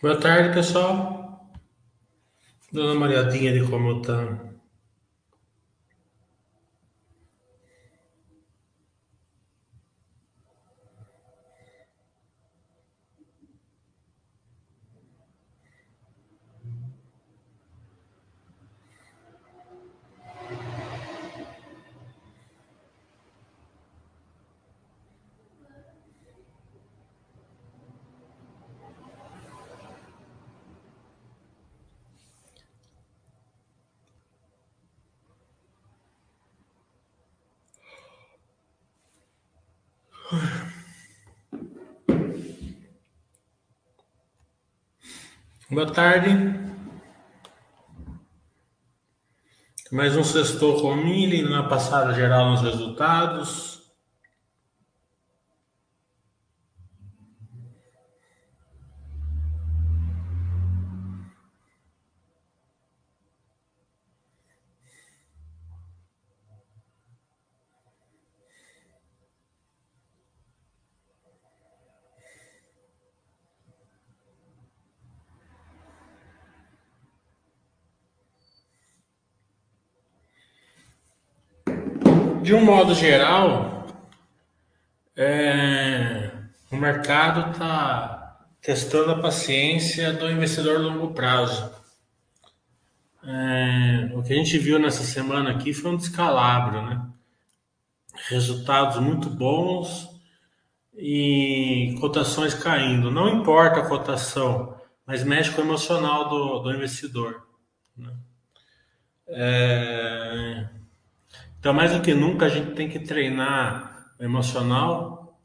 Boa tarde, pessoal. Dando uma olhadinha de como tá. Boa tarde. Mais um sextou com milho, na passada geral nos resultados. De um modo geral, o mercado está testando a paciência do investidor a longo prazo. O que a gente viu nessa semana aqui foi um descalabro, né? Resultados muito bons e cotações caindo. Não importa a cotação, mas mexe com o emocional do investidor. Então, mais do que nunca, a gente tem que treinar o emocional,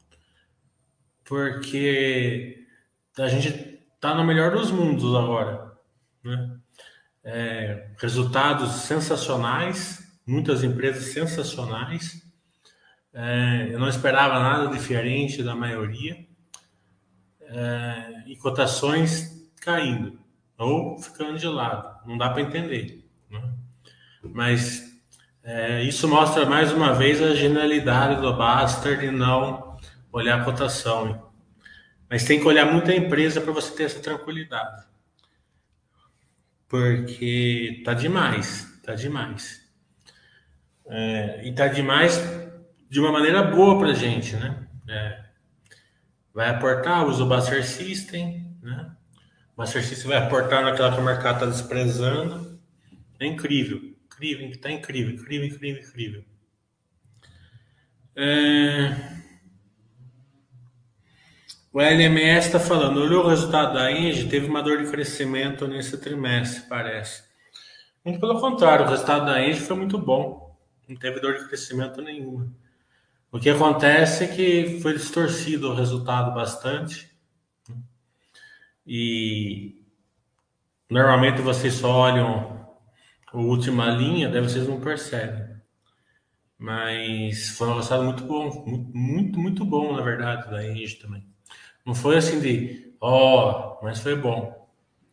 porque a gente está no melhor dos mundos agora, né? Resultados sensacionais, muitas empresas sensacionais. Eu não esperava nada diferente da maioria, e cotações caindo ou ficando de lado. Não dá para entender, né? Mas isso mostra mais uma vez a genialidade do Baster de não olhar a cotação, hein? Mas tem que olhar muito a empresa para você ter essa tranquilidade. Porque tá demais, tá demais. E tá demais de uma maneira boa pra gente, né? Vai aportar, usa o Buster System, né? O Buster System vai aportar naquela que o mercado está desprezando. É incrível, incrível, tá incrível, incrível, incrível, incrível. É, O LMS está falando, olhou o resultado da Engie, teve uma dor de crescimento nesse trimestre, parece. Muito pelo contrário, o resultado da Engie foi muito bom. Não teve dor de crescimento nenhuma. O que acontece é que foi distorcido o resultado bastante. E normalmente vocês só olham a última linha, daí vocês não percebem. Mas foi um resultado muito bom, muito, muito, muito bom, na verdade, da Engie também. Não foi assim de, mas foi bom.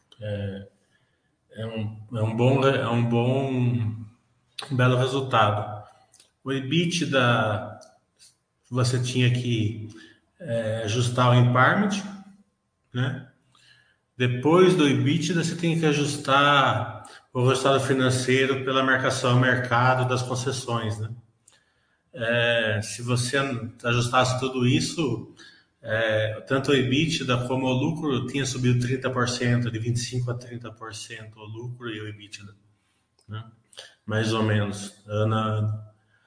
É um belo resultado. O EBITDA, você tinha que ajustar o impairment, né? Depois do EBITDA, você tem que ajustar o resultado financeiro pela marcação ao mercado das concessões, né? Se você ajustasse tudo isso, tanto o EBITDA como o lucro tinha subido 30%, de 25% a 30% o lucro e o EBITDA, né? Mais ou menos, ano a ano.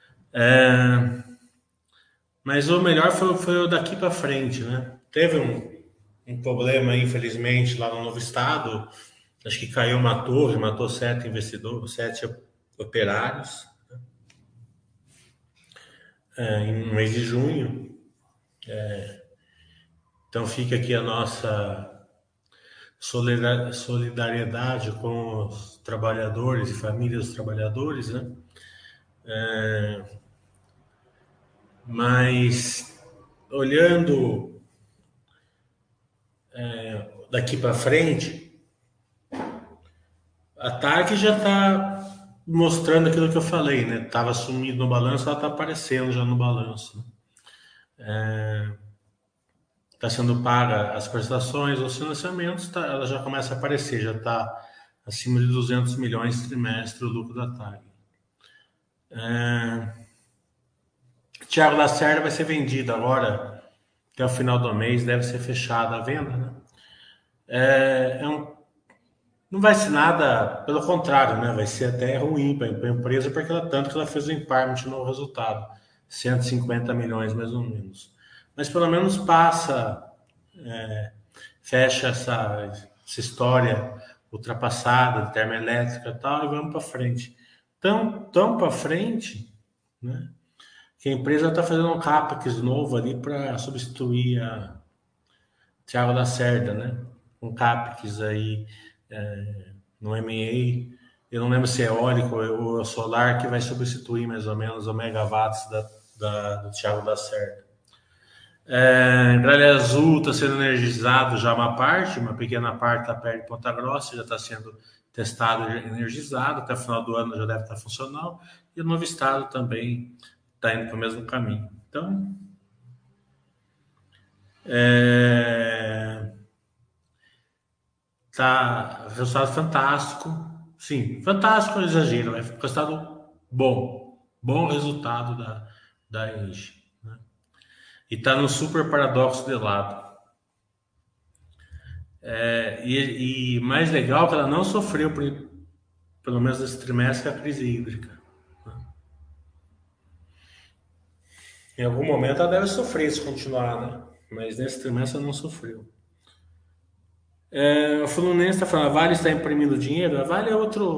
Mas o melhor foi o daqui para frente, né? Teve um problema, infelizmente, lá no novo estado. Acho que caiu uma torre, matou 7 investidores, 7 operários, em mês de junho. Então fica aqui a nossa solidariedade com os trabalhadores e famílias dos trabalhadores, né? Mas olhando daqui para frente, a TAG já está mostrando aquilo que eu falei, né? Estava sumido no balanço, ela está aparecendo já no balanço, né? está sendo paga as prestações, os financiamentos, ela já começa a aparecer, já está acima de 200 milhões trimestre o lucro da TAG. Thiago Lacerda vai ser vendido agora, até o final do mês, deve ser fechada a venda, né? Não vai ser nada, pelo contrário, né? Vai ser até ruim para a empresa, porque tanto que ela fez o impairment no resultado, 150 milhões mais ou menos. Mas pelo menos passa, fecha essa história ultrapassada de termoelétrica e tal, e vamos para frente. Tão para frente, né? Que a empresa está fazendo um CAPEX novo ali para substituir a Thiago Lacerda, né? Um CAPEX aí no M&A. Eu não lembro se é eólico ou solar que vai substituir mais ou menos o megawatts do Thiago Lacerda. Gralha Azul está sendo energizado já uma pequena parte está perto de Ponta Grossa, já está sendo testado e energizado, até o final do ano já deve estar funcional, e o Novo Estado também está indo para o mesmo caminho. Então, tá resultado fantástico, sim, fantástico é exagero, é resultado bom resultado da Engie, né? E está no super paradoxo de lado. E mais legal que ela não sofreu, pelo menos nesse trimestre, a crise hídrica. Em algum momento ela deve sofrer se continuar, né? Mas nesse trimestre ela não sofreu. O Fluminense está falando, a Vale está imprimindo dinheiro. A Vale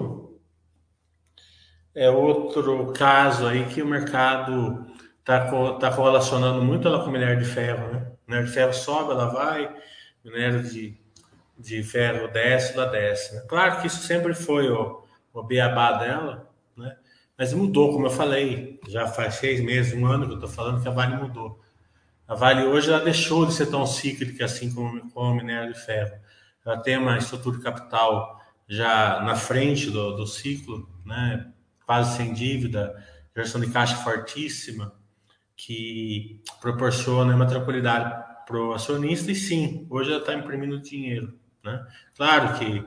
é outro caso aí que o mercado está correlacionando muito ela com o minério de ferro, né? O minério de ferro sobe, ela vai, minério de ferro desce, ela desce, né? Claro que isso sempre foi o beabá dela, né? Mas mudou, como eu falei, já faz 6 meses, um ano que eu estou falando que a Vale mudou. A Vale hoje ela deixou de ser tão cíclica assim como o minério de ferro. Ela tem uma estrutura de capital já na frente do ciclo, né? Quase sem dívida, geração de caixa fortíssima, que proporciona uma tranquilidade para o acionista, e sim, hoje ela está imprimindo dinheiro, né? Claro que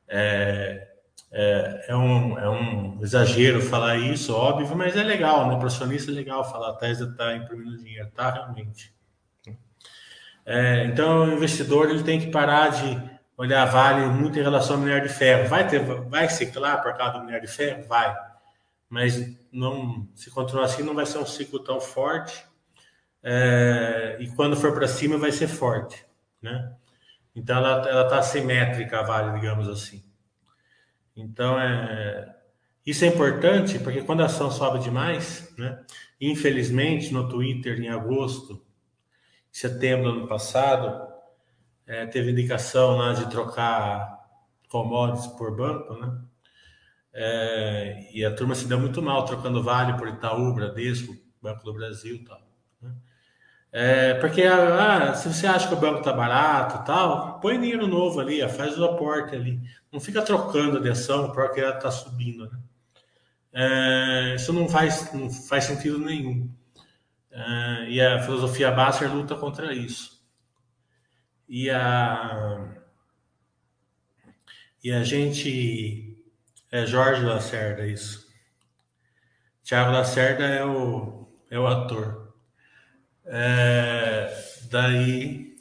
é um exagero falar isso, óbvio, mas é legal, né? Para o acionista é legal falar, a Tesla está imprimindo dinheiro, tá realmente. Então, o investidor ele tem que parar de olhar Vale muito em relação ao minério de ferro. Vai ciclar por causa do minério de ferro? Vai. Mas não, se continuar assim, não vai ser um ciclo tão forte. E quando for para cima, vai ser forte, né? Então, ela está assimétrica, a Vale, digamos assim. Então, isso é importante porque quando a ação sobe demais, né? Infelizmente, no Twitter, em agosto, setembro do ano passado, teve indicação lá de trocar commodities por banco, né? E a turma se deu muito mal trocando Vale por Itaú, Bradesco, Banco do Brasil e tal, né? Porque se você acha que o banco está barato e tal, põe dinheiro novo ali, faz o aporte ali. Não fica trocando de ação porque ela está subindo, né? Isso não faz sentido nenhum. E a filosofia Basser luta contra isso. E a gente. É Jorge Lacerda, isso. Thiago Lacerda é o ator. Daí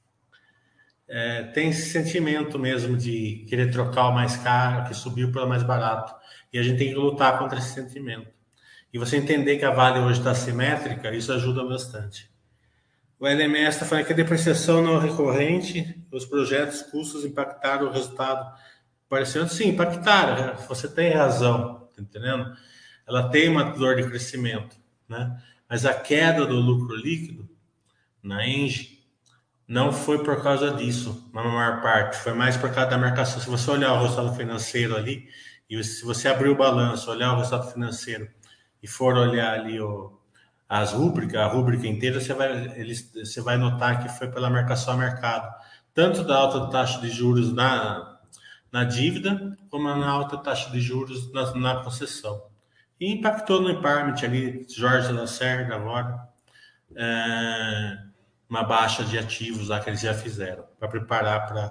tem esse sentimento mesmo de querer trocar o mais caro, que subiu pelo mais barato. E a gente tem que lutar contra esse sentimento. E você entender que a Vale hoje está simétrica, isso ajuda bastante. O LMS está falando que a depreciação não recorrente, os projetos, custos impactaram o resultado. Parecendo, sim, impactaram. Você tem razão, tá entendendo? Ela tem uma dor de crescimento, né? Mas a queda do lucro líquido na Engie não foi por causa disso, na maior parte. Foi mais por causa da marcação. Se você olhar o resultado financeiro ali, e se você abrir o balanço, olhar o resultado financeiro e for olhar ali a rúbrica inteira, você vai notar que foi pela marcação a mercado. Tanto da alta taxa de juros na dívida, como na alta taxa de juros na concessão. E impactou no impairment ali, Jorge Lacerda agora. uma baixa de ativos lá que eles já fizeram, para preparar para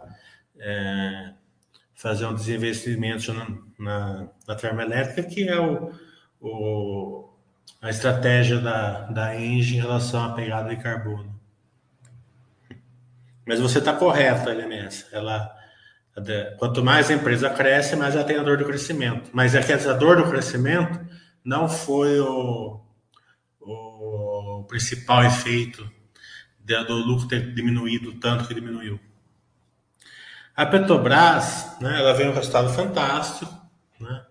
fazer um desinvestimento na termoelétrica, que é a estratégia da Engie em relação à pegada de carbono. Mas você está correto, LMS. Quanto mais a empresa cresce, mais ela tem a dor do crescimento. Mas é que essa dor do crescimento não foi o principal efeito do lucro ter diminuído tanto que diminuiu. A Petrobras, né, ela vem um resultado fantástico, né,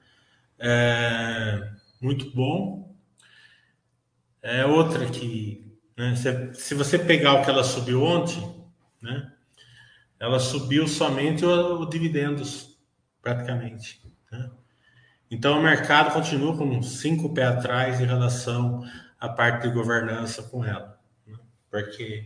muito bom. É outra que, né, se você pegar o que ela subiu ontem, né, ela subiu somente o dividendos, praticamente. Né? Então, o mercado continua com 5 pés atrás em relação à parte de governança com ela. Né? Porque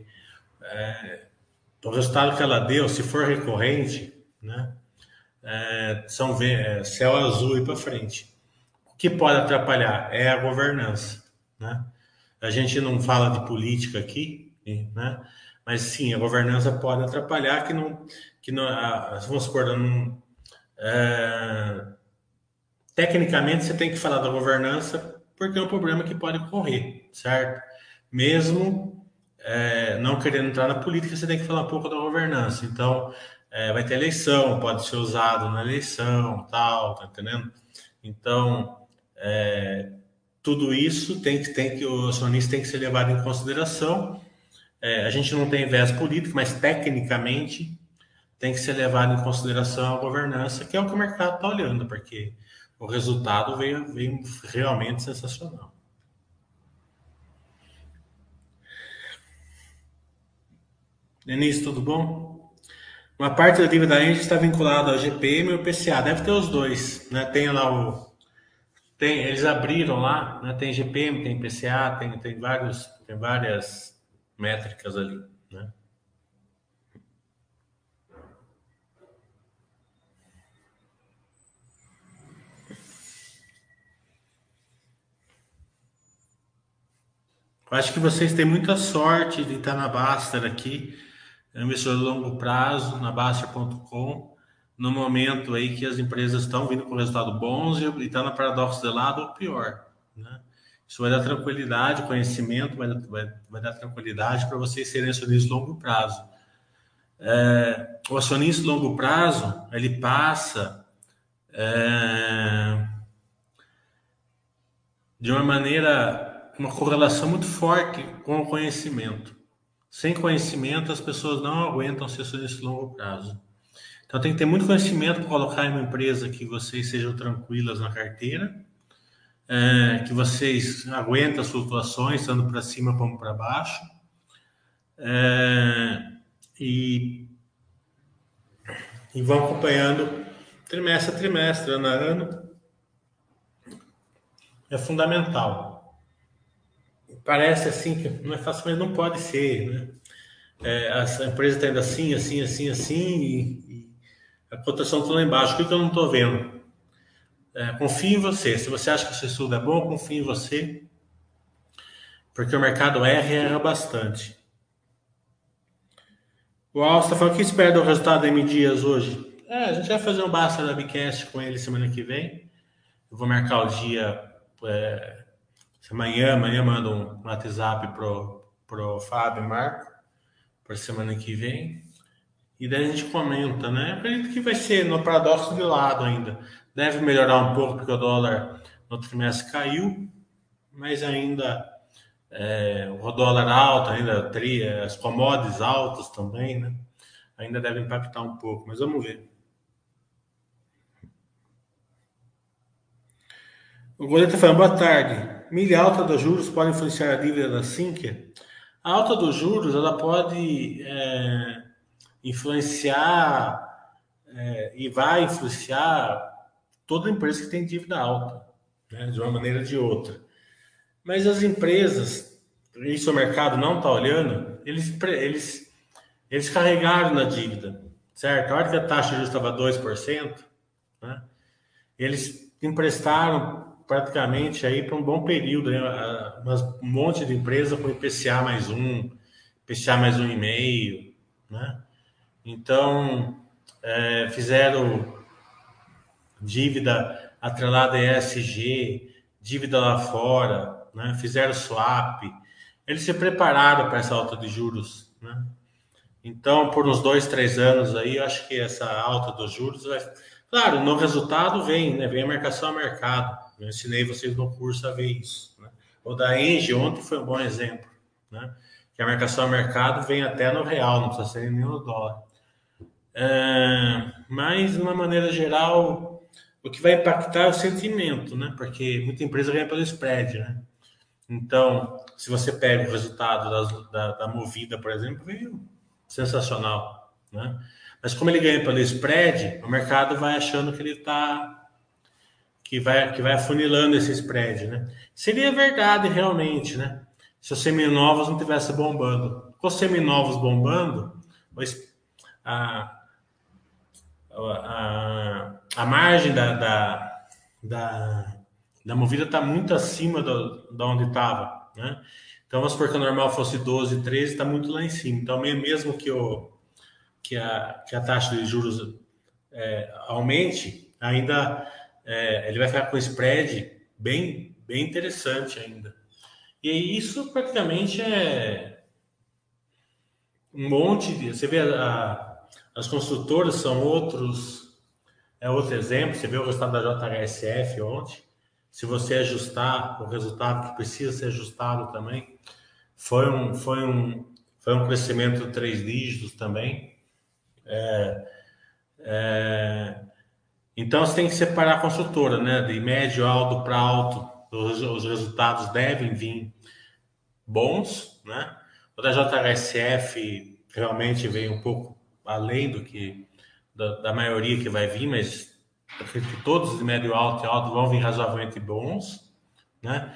o resultado que ela deu, se for recorrente, né, são céu azul e para frente. O que pode atrapalhar é a governança. Né? A gente não fala de política aqui, né? Mas sim, a governança pode atrapalhar que não vamos supor, não, tecnicamente você tem que falar da governança porque é um problema que pode ocorrer, certo? Mesmo não querendo entrar na política, você tem que falar um pouco da governança. Então, vai ter eleição, pode ser usado na eleição, tal, tá entendendo? Então, tudo isso tem que o acionista tem que ser levado em consideração. A gente não tem viés político, mas tecnicamente tem que ser levado em consideração a governança, que é o que o mercado está olhando, porque o resultado veio realmente sensacional. Denise, tudo bom? Uma parte da dívida Engie está vinculada ao GPM e ao PCA. Deve ter os dois, né? Tem lá eles abriram lá, né? Tem GPM, tem PCA, tem várias métricas ali, né? Eu acho que vocês têm muita sorte de estar na Baster aqui, investidor de longo prazo, na Baster.com, no momento aí que as empresas estão vindo com resultados bons e estão no paradoxo de lado ou pior. Né? Isso vai dar tranquilidade, conhecimento, vai dar tranquilidade para vocês serem acionistas de longo prazo. O acionista de longo prazo, ele passa de uma maneira, uma correlação muito forte com o conhecimento. Sem conhecimento, as pessoas não aguentam ser acionistas de longo prazo. Então, tem que ter muito conhecimento para colocar em uma empresa que vocês sejam tranquilas na carteira, que vocês aguentem as flutuações, tanto para cima como para baixo, e vão acompanhando trimestre a trimestre, ano a ano. É fundamental. Parece assim que não é fácil, mas não pode ser, né? A empresa está indo assim, assim, assim, assim, e a cotação está lá embaixo. O que eu não estou vendo? Confie em você. Se você acha que o seu estudo é bom, confie em você, porque o mercado erra e erra bastante. O Alça falou que espera do resultado da M Dias hoje. A gente vai fazer um Basta da Bcast com ele semana que vem. Eu vou marcar o dia. Amanhã mando um WhatsApp pro Fábio e Marco para semana que vem. E daí a gente comenta, né? Acredito que vai ser no paradoxo de lado ainda. Deve melhorar um pouco porque o dólar no trimestre caiu, mas ainda o dólar alto, ainda as commodities altas também, né? Ainda deve impactar um pouco, mas vamos ver. O goleiro está falando, boa tarde. Milha alta dos juros pode influenciar a dívida da Sinqia? A alta dos juros ela pode influenciar e vai influenciar toda empresa que tem dívida alta, né, de uma maneira ou de outra. Mas as empresas, isso o mercado não está olhando, eles carregaram na dívida, certo? A hora que a taxa de juros estava 2%, né, eles emprestaram praticamente aí para um bom período, né, um monte de empresa com IPCA mais 1, IPCA mais 1,5, né? Então, fizeram dívida atrelada a ESG, dívida lá fora, né? Fizeram swap. Eles se prepararam para essa alta de juros, né? Então, por uns 2, 3 anos aí, eu acho que essa alta dos juros vai. Claro, no resultado vem, né? Vem a marcação a mercado. Eu ensinei vocês no curso a ver isso, né? O da Engie ontem foi um bom exemplo, né? Que a marcação a mercado vem até no real, não precisa ser nem no dólar. Mas, de uma maneira geral, o que vai impactar é o sentimento, né? Porque muita empresa ganha pelo spread, né? Então, se você pega o resultado da Movida, por exemplo, veio sensacional, né? Mas como ele ganha pelo spread, o mercado vai achando que ele que vai afunilando esse spread, né? Seria verdade realmente, né? Se os seminovos não tivesse bombando. Com os seminovos bombando, a, a margem da, da Movida está muito acima da onde estava, né? Então, vamos supor que o normal fosse 12, 13, está muito lá em cima. Então, mesmo que a taxa de juros aumente, ainda ele vai ficar com spread bem interessante ainda. E isso praticamente é um monte de. Você vê, as construtoras são outro exemplo. Você vê o resultado da JHSF ontem. Se você ajustar o resultado que precisa ser ajustado também, foi um crescimento de 3 dígitos também. Então você tem que separar a construtora, né? De médio, alto para alto, os resultados devem vir bons, né? O da JHSF realmente veio um pouco além do que da maioria que vai vir, mas eu acredito que todos de médio, alto e alto vão vir razoavelmente bons, né?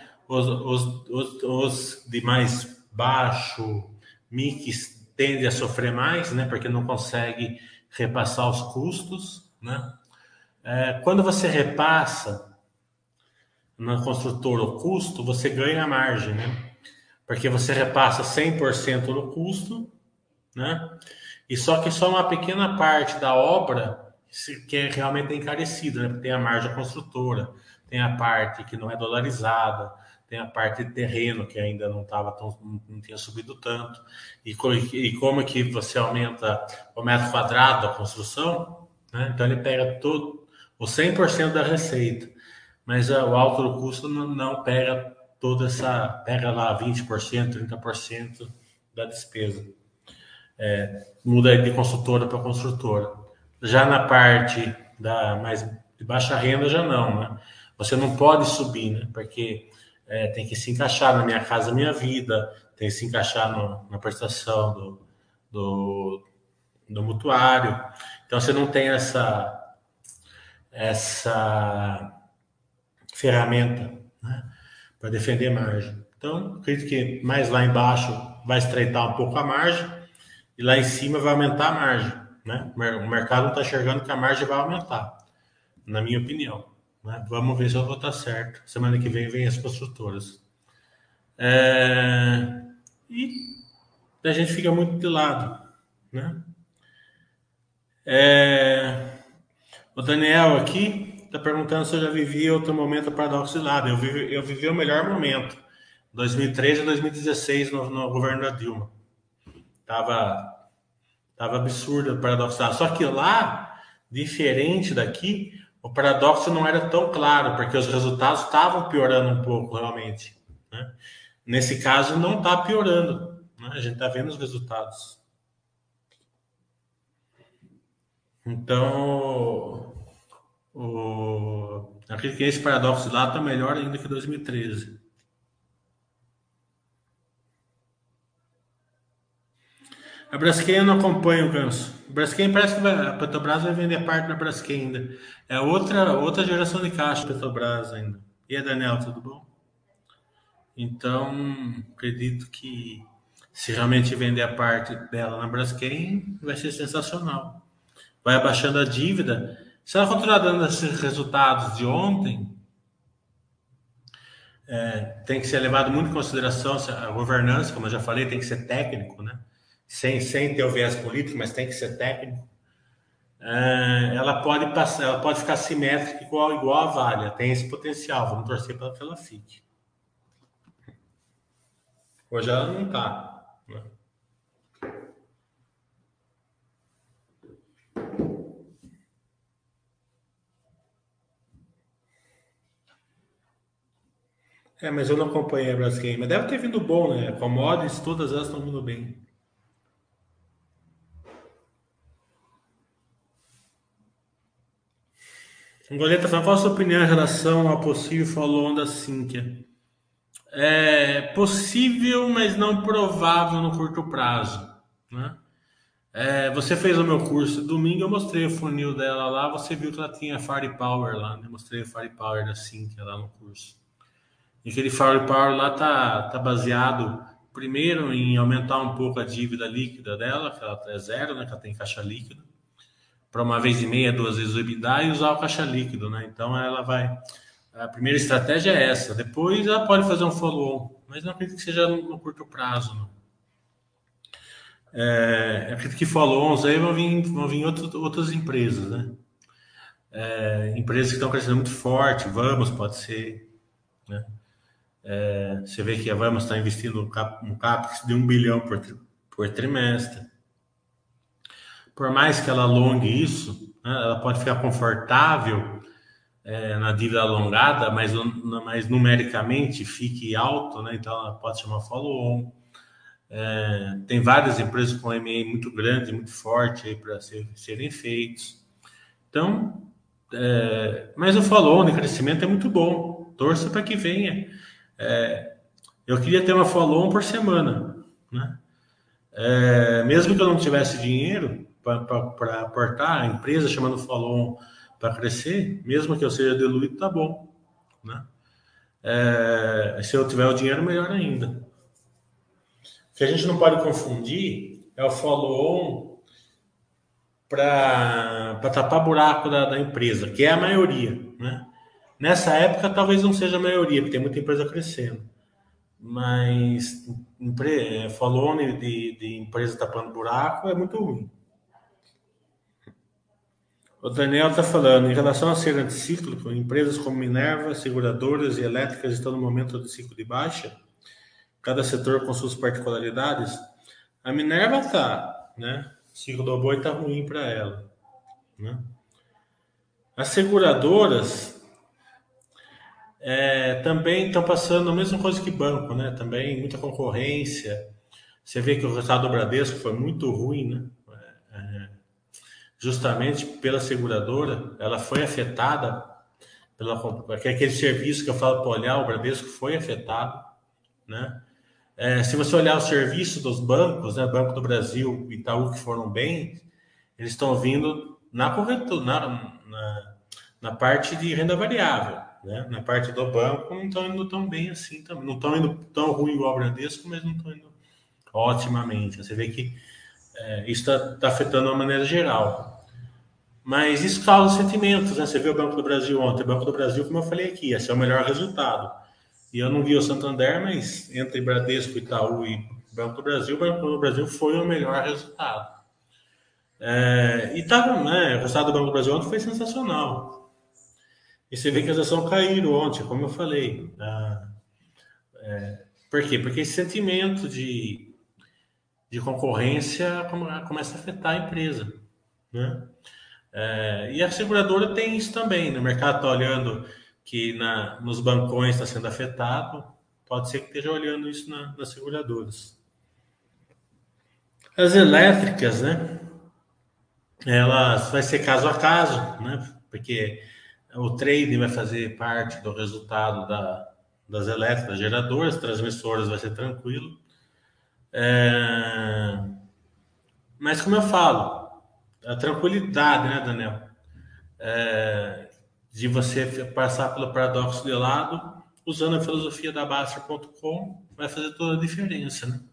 Os de mais baixo, mix, tendem a sofrer mais, né? Porque não consegue repassar os custos, né? Quando você repassa na construtora o custo, você ganha a margem, né? Porque você repassa 100% do custo, né? E só que só uma pequena parte da obra que é realmente encarecida, né? Tem a margem construtora, tem a parte que não é dolarizada, tem a parte de terreno que ainda não tinha subido tanto. E como que você aumenta o metro quadrado da construção, né? Então ele pega todo o 100% da receita, mas o alto do custo não pega pega lá 20%, 30% da despesa. Muda de consultora para construtora. Já na parte da mais de baixa renda, já não, né? Você não pode subir, né? Porque tem que se encaixar na Minha Casa Minha Vida, tem que se encaixar na prestação do, do mutuário. Então você não tem essa ferramenta, né, para defender margem. Então, acredito que mais lá embaixo vai estreitar um pouco a margem e lá em cima vai aumentar a margem, né? O mercado está enxergando que a margem vai aumentar, na minha opinião, né? Vamos ver se eu vou estar certo. Semana que vem as construtoras. E a gente fica muito de lado, né? O Daniel aqui está perguntando se eu já vivi outro momento paradoxo de lado. Eu vivi o melhor momento, 2013 a 2016, no governo da Dilma. Tava absurdo o paradoxo. Só que lá, diferente daqui, o paradoxo não era tão claro, porque os resultados estavam piorando um pouco, realmente, né? Nesse caso, não está piorando, né? A gente está vendo os resultados. Então, acredito que esse paradoxo lá está melhor ainda que 2013. A Braskem eu não acompanho o Ganso. A Braskem parece que a Petrobras vai vender parte da Braskem ainda. É outra geração de caixa Petrobras ainda. E a Daniel, tudo bom? Então, acredito que se realmente vender a parte dela na Braskem, vai ser sensacional. Vai abaixando a dívida. Se ela continuar dando esses resultados de ontem, tem que ser levado muito em consideração a governança, como eu já falei, tem que ser técnico, né? Sem ter o viés político, mas tem que ser técnico. Ela pode passar, ela pode ficar simétrica igual a Vale, tem esse potencial, vamos torcer para que ela fique. Hoje ela não está, né? Mas eu não acompanhei a Braskem, mas deve ter vindo bom, né? Commodities, todas elas estão vindo bem. Goleta, qual a sua opinião em relação ao possível follow-on da Sinqia? É possível, mas não provável no curto prazo, né? Você fez o meu curso domingo, eu mostrei o funil dela lá, você viu que ela tinha Firepower lá, né? Mostrei o Firepower da Sinqia lá no curso. E aquele Firepower lá tá baseado primeiro em aumentar um pouco a dívida líquida dela, que ela é zero, né? Que ela tem caixa líquida, para uma vez e meia, duas vezes o EBITDA e usar o caixa líquido, né? Então ela vai. A primeira estratégia é essa. Depois ela pode fazer um follow-on, mas não acredito que seja no curto prazo, não. Acredito que follow-ons aí vão vir outras empresas, né? Empresas que estão crescendo muito forte, Vamos, pode ser, né? Você vê que a Vamos está investindo um CAPEX de 1 bilhão por trimestre. Por mais que ela alongue isso, né, ela pode ficar confortável na dívida alongada, mas numericamente fique alto, né? Então ela pode chamar follow-on. Tem várias empresas com M&A muito grande, muito forte aí para serem feitos. Então, mas o follow-on de crescimento é muito bom. Torça para que venha. Eu queria ter uma follow-on por semana, né? Mesmo que eu não tivesse dinheiro para aportar, a empresa chamando follow-on para crescer, mesmo que eu seja diluído, tá bom, né? Se eu tiver o dinheiro, melhor ainda. O que a gente não pode confundir é o follow-on para tapar buraco da empresa, que é a maioria, né? Nessa época, talvez não seja a maioria, porque tem muita empresa crescendo. Mas follow-on de empresa tapando buraco é muito ruim. O Daniel está falando, em relação a ser anticíclico, empresas como Minerva, seguradoras e elétricas estão no momento de ciclo de baixa, cada setor com suas particularidades. A Minerva está, né? O ciclo do boi está ruim para ela, né? As seguradoras também estão passando a mesma coisa que banco, né? Também muita concorrência. Você vê que o resultado do Bradesco foi muito ruim, né? Justamente pela seguradora, ela foi afetada aquele serviço que eu falo para olhar, o Bradesco foi afetado, né? Se você olhar o serviço dos bancos, né, Banco do Brasil, Itaú, que foram bem, eles estão vindo na corretora, na parte de renda variável, né? Na parte do banco não estão indo tão bem assim, não estão indo tão ruim igual o Bradesco, mas não estão indo otimamente. Você vê que isso está afetando de uma maneira geral. Mas isso causa sentimentos, né? Você viu o Banco do Brasil ontem. O Banco do Brasil, como eu falei aqui, esse é o melhor resultado. E eu não vi o Santander, mas entre Bradesco, Itaú e Banco do Brasil, o Banco do Brasil foi o melhor resultado. E tava, né? O resultado do Banco do Brasil ontem foi sensacional. E você vê que as ações caíram ontem, como eu falei. Por quê? Porque esse sentimento de concorrência começa a afetar a empresa, né? E a seguradora tem isso também. O mercado está olhando que nos bancões está sendo afetado. Pode ser que esteja olhando isso nas seguradoras. As elétricas, né? Elas vai ser caso a caso, né? Porque o trading vai fazer parte do resultado das elétricas geradoras, transmissoras vai ser tranquilo. Mas como eu falo, a tranquilidade, né, Daniel? De você passar pelo paradoxo de lado, usando a filosofia da Baster.com, vai fazer toda a diferença, né?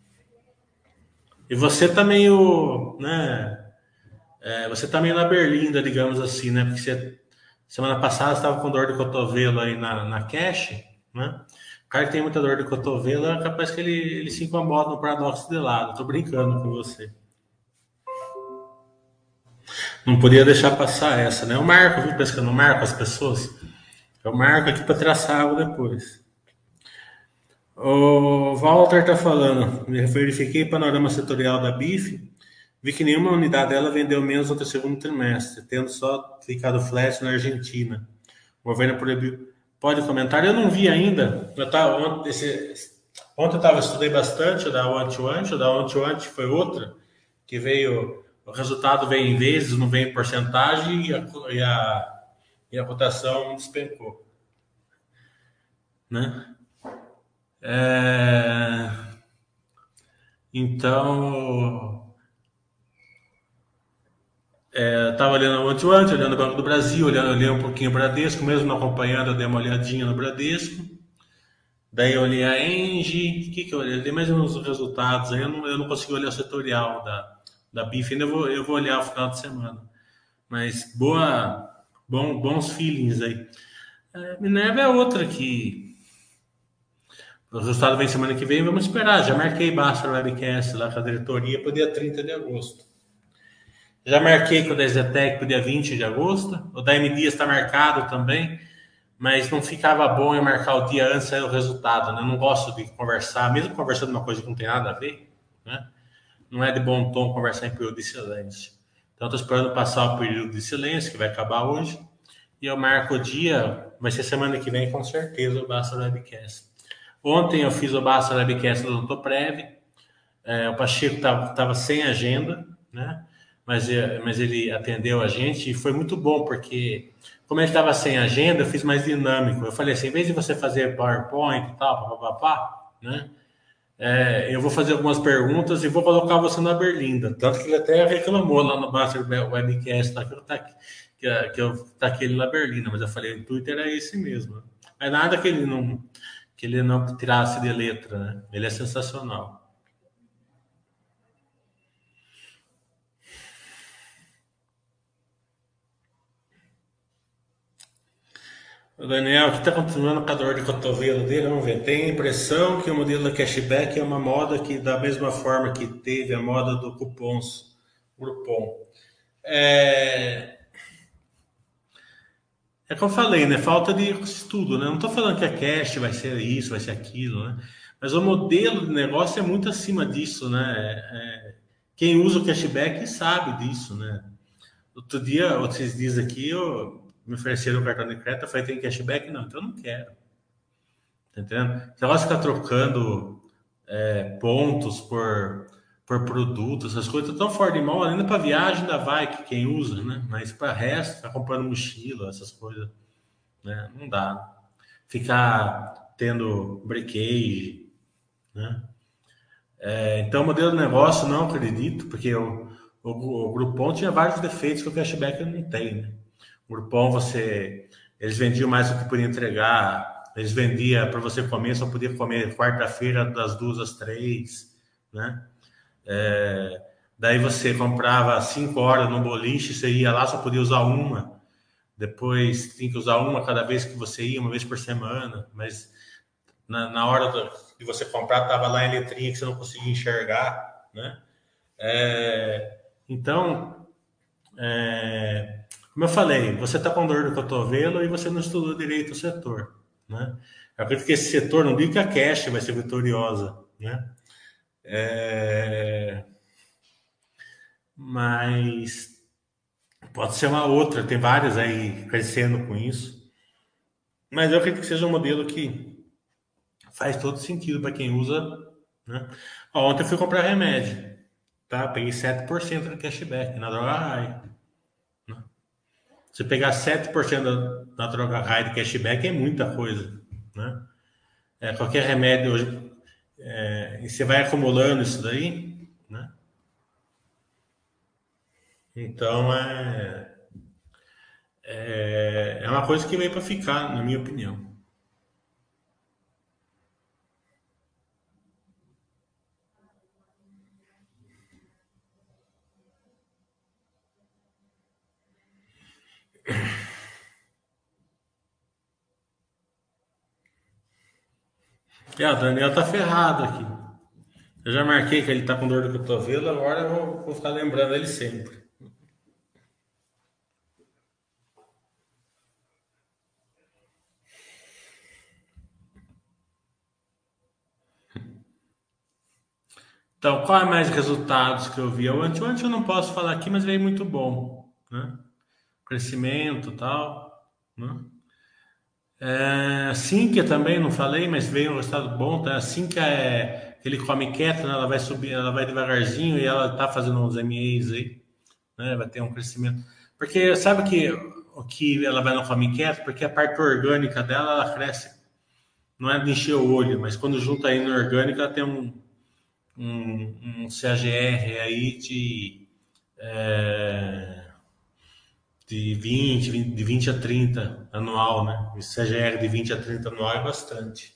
E você tá meio, né? Você tá meio na berlinda, digamos assim, né? Porque semana passada você estava com dor de cotovelo aí na cash, né? O cara que tem muita dor de cotovelo é capaz que ele se incomoda no paradoxo de lado. Tô brincando com você. Não podia deixar passar essa, né? Eu marco, viu, pescando, eu marco as pessoas. Eu marco aqui para traçar algo depois. O Walter está falando, verifiquei o panorama setorial da BIF, vi que nenhuma unidade dela vendeu menos do segundo trimestre, tendo só ficado flat na Argentina. O governo proibiu. Pode comentar? Eu não vi ainda. Ontem eu estudei bastante o da One-to-One, o da One-to-One foi outra, que veio, o resultado veio em vezes, não veio em porcentagem e a cotação despencou, né? É, então, eu estava olhando o Antuante, olhando o Banco do Brasil, olhei um pouquinho o Bradesco, mesmo não acompanhando, eu dei uma olhadinha no Bradesco. Daí eu olhei a Engie, o que eu olhei? Eu dei mais uns resultados aí, eu não consegui olhar o setorial da BIF, ainda eu vou olhar o final de semana. Mas bons feelings aí. Minerva é outra que o resultado vem semana que vem, vamos esperar. Já marquei Basta Webcast lá com a diretoria para o dia 30 de agosto. Já marquei com o da Zetec para o dia 20 de agosto. O da M Dias está marcado também, mas não ficava bom eu marcar o dia antes do resultado, né? Eu não gosto de conversar, mesmo conversando uma coisa que não tem nada a ver, né? Não é de bom tom conversar em período de silêncio. Então, estou esperando passar o período de silêncio, que vai acabar hoje, e eu marco o dia, vai ser semana que vem, com certeza, o Basta Webcast. Ontem eu fiz o Basta Webcast do Doutor Prev, o Pacheco estava sem agenda, né? Mas ele atendeu a gente e foi muito bom, porque como ele estava sem agenda, eu fiz mais dinâmico. Eu falei assim, em vez de você fazer PowerPoint e tal, papapá, né? Eu vou fazer algumas perguntas e vou colocar você na berlinda. Tanto que ele até reclamou lá no Master Webcast lá, que eu taquei ele na berlinda, mas eu falei, o intuito era esse mesmo. Mas nada que ele não tirasse de letra, né? Ele é sensacional. O Daniel, o que está continuando com a dor de cotovelo dele? Vamos ver. Tem a impressão que o modelo da cashback é uma moda que, da mesma forma que teve a moda do cupons Groupon. É, como eu falei, né? Falta de estudo, né? Não estou falando que a cash vai ser isso, vai ser aquilo, né? Mas o modelo de negócio é muito acima disso, né? Quem usa o cashback sabe disso, né? Outros dias aqui, me ofereceram o cartão de crédito, eu falei, tem cashback? Não, então eu não quero. Tá entendendo? Você vai ficar trocando pontos por produtos, essas coisas estão fora de mão, ainda para viagem ainda vai que quem usa, né? Mas para resto, tá comprando mochila, essas coisas, né? Não dá. Ficar tendo breakage, né? Então, o modelo de negócio não acredito, porque o Groupon tinha vários defeitos que o cashback não tem, né? O Groupon, eles vendiam mais do que podia entregar, eles vendiam para você comer, só podia comer quarta-feira das 2 às 3, né? É, Daí você comprava 5 horas no boliche, você ia lá, só podia usar uma. Depois tinha que usar uma cada vez que você ia, uma vez por semana. Mas na hora de você comprar, estava lá em letrinha que você não conseguia enxergar, né? Então, como eu falei, você está com dor no cotovelo e você não estudou direito o setor, né? Eu acredito que esse setor, não digo que a Cash vai ser vitoriosa, né? É, mas pode ser uma outra, tem várias aí crescendo com isso. Mas eu acredito que seja um modelo que faz todo sentido para quem usa, né? Ó, ontem eu fui comprar remédio, tá? Peguei 7% de cashback na Droga Raia. Você pegar 7% da Droga Raia de cashback é muita coisa, né? Qualquer remédio hoje, e você vai acumulando isso daí, né? Então é uma coisa que veio para ficar, na minha opinião. O Daniel tá ferrado aqui. Eu já marquei que ele tá com dor do cotovelo, agora eu vou ficar lembrando ele sempre. Então, qual é mais resultados que eu vi? O antes eu não posso falar aqui, mas veio muito bom, né? Crescimento e tal, né? É, a Sinqia também, não falei, mas veio um resultado bom, tá? A Sinqia ele come quieto, né? Ela vai subir, ela vai devagarzinho e ela tá fazendo uns MEs aí, né? Vai ter um crescimento. Porque sabe que o que ela vai no come quieto? Porque a parte orgânica dela, ela cresce. Não é de encher o olho, mas quando junta aí no orgânico, ela tem um CAGR aí é, de 20 a 30 anual, né? Esse CGR de 20 a 30 anual é bastante.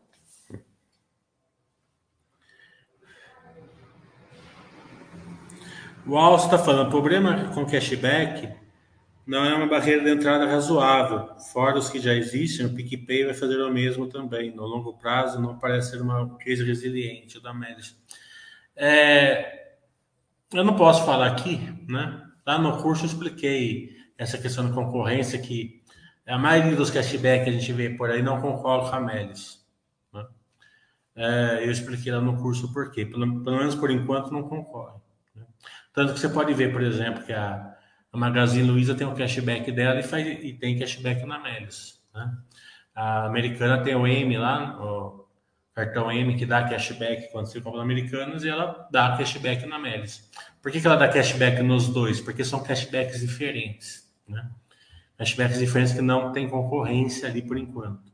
O Alcio está falando, o problema com cashback não é uma barreira de entrada razoável. Fora os que já existem, o PicPay vai fazer o mesmo também. No longo prazo, não parece ser uma crise resiliente da Médici. É, eu não posso falar aqui, né? Lá no curso eu expliquei essa questão de concorrência que a maioria dos cashback que a gente vê por aí não concorre com a Médici, né? Eu expliquei lá no curso o porquê. Pelo menos por enquanto não concorre, né? Tanto que você pode ver, por exemplo, que a Magazine Luiza tem o cashback dela e tem cashback na Mélius, né? A Americana tem o M lá, o cartão M que dá cashback quando você compra na Americanas e ela dá cashback na Mélius. Por que ela dá cashback nos dois? Porque são cashbacks diferentes, né? Cashbacks diferentes que não tem concorrência ali por enquanto.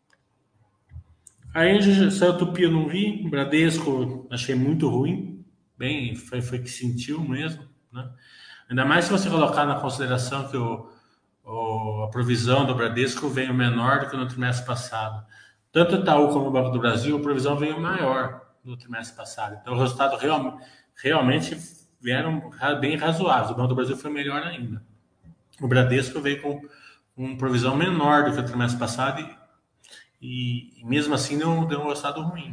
Aí já saiu Tupi, eu não vi. Bradesco, achei muito ruim. Bem, foi que sentiu mesmo, né? Ainda mais se você colocar na consideração que a provisão do Bradesco veio menor do que no trimestre passado. Tanto o Itaú como o Banco do Brasil, a provisão veio maior no trimestre passado. Então, o resultado realmente vieram bem razoáveis. O Banco do Brasil foi melhor ainda. O Bradesco veio com provisão menor do que o trimestre passado e mesmo assim deu um resultado ruim.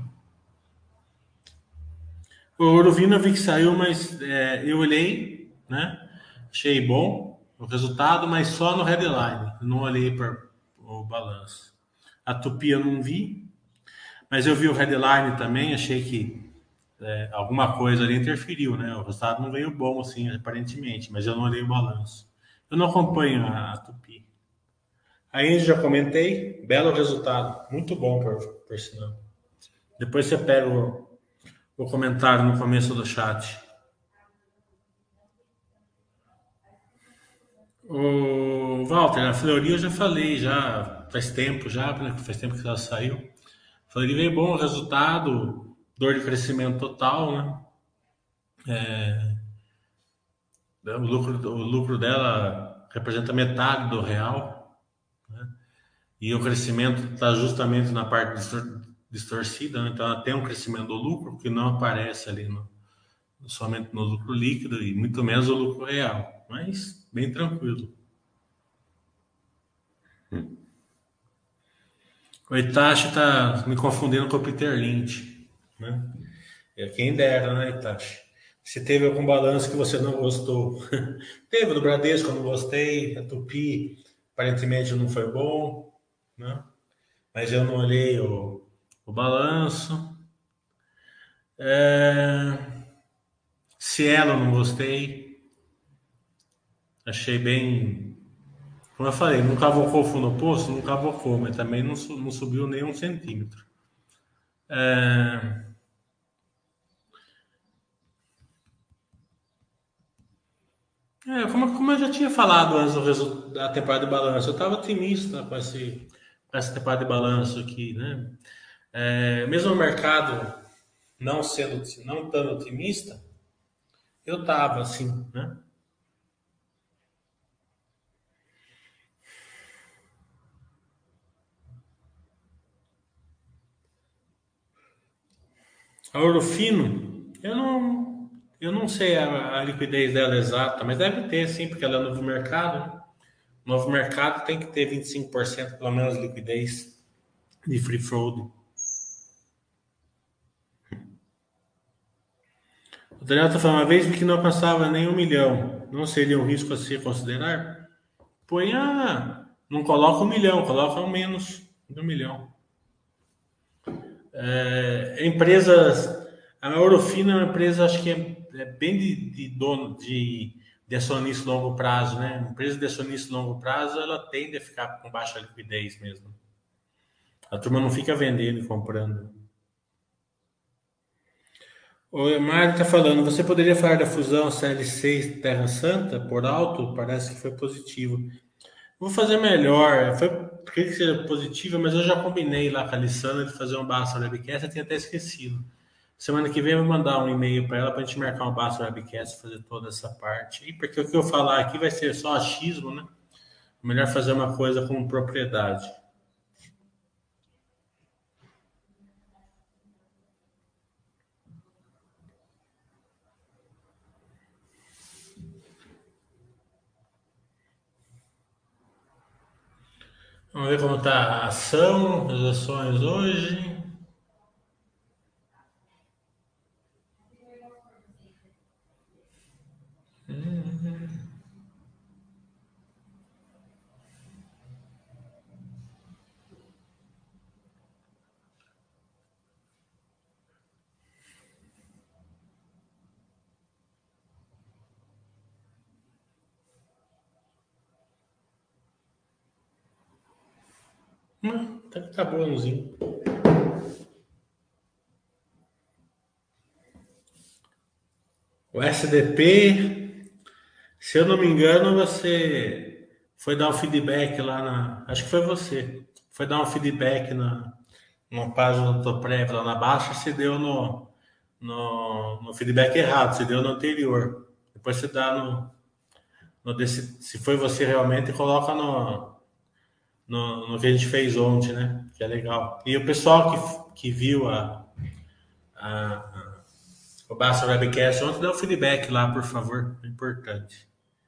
O Ouro vi que saiu, mas eu olhei, né? Achei bom o resultado, mas só no headline. Não olhei para o balanço. A Tupi eu não vi, mas eu vi o headline também. Achei que alguma coisa ali interferiu, né? O resultado não veio bom, assim, aparentemente, mas eu não olhei o balanço. Eu não acompanho a Tupi. A Engie já comentei, belo resultado, muito bom por sinal. Depois você pega o comentário no começo do chat. O Walter, a Fleury eu já falei, já faz tempo já, né, faz tempo que ela saiu. A Fleury veio bom resultado, dor de crescimento total, né? O lucro dela representa metade do real e o crescimento está justamente na parte distorcida, né? Então ela tem um crescimento do lucro que não aparece ali somente no lucro líquido e muito menos o lucro real, mas bem tranquilo. O Itachi está me confundindo com o Peter Lynch, né? Quem dera, né, Itachi? Se teve algum balanço que você não gostou. Teve do Bradesco, eu não gostei. A Tupi, aparentemente não foi bom, né? Mas eu não olhei o balanço. É... Cielo, não gostei. Achei bem. Como eu falei, não cavocou o fundo do poço, não cavocou, mas também não subiu nem um centímetro. É... como eu já tinha falado antes da temporada de balanço, eu estava otimista com essa temporada de balanço aqui, né? Mesmo o mercado não estando otimista, eu estava assim, né? A Ouro Fino, eu não sei a liquidez dela exata, mas deve ter sim, porque ela é novo mercado, né? Novo mercado tem que ter 25% pelo menos de liquidez de free float. O Daniel está falando, uma vez vi que não alcançava nem 1 milhão. Não seria um risco a se considerar? Não coloca 1 milhão, coloca ao menos de 1 milhão. Empresas, a Eurofina é uma empresa, acho que é bem de dono, de acionista a longo prazo, né? Empresa de acionista a longo prazo, ela tende a ficar com baixa liquidez mesmo. A turma não fica vendendo e comprando. O Mário está falando, você poderia falar da fusão CL6 Terra Santa por alto? Parece que foi positivo. Vou fazer melhor. Queria que seja positiva, mas eu já combinei lá com a Alissandra de fazer um Basta Webcast, eu tinha até esquecido. Semana que vem eu vou mandar um e-mail para ela para a gente marcar um Basta Webcast, fazer toda essa parte. E porque o que eu falar aqui vai ser só achismo, né? Melhor fazer uma coisa com propriedade. Vamos ver como está a ação, as ações hoje. Tá bonzinho. O SDP, se eu não me engano, você foi dar um feedback lá na. Acho que foi você. Foi dar um feedback numa página do Toprev lá na baixa, você deu no feedback errado, você deu no anterior. Depois você dá se foi você realmente, coloca no que a gente fez ontem, né? Que é legal. E o pessoal que viu a, o Basta Webcast ontem, dá o feedback lá, por favor. É importante.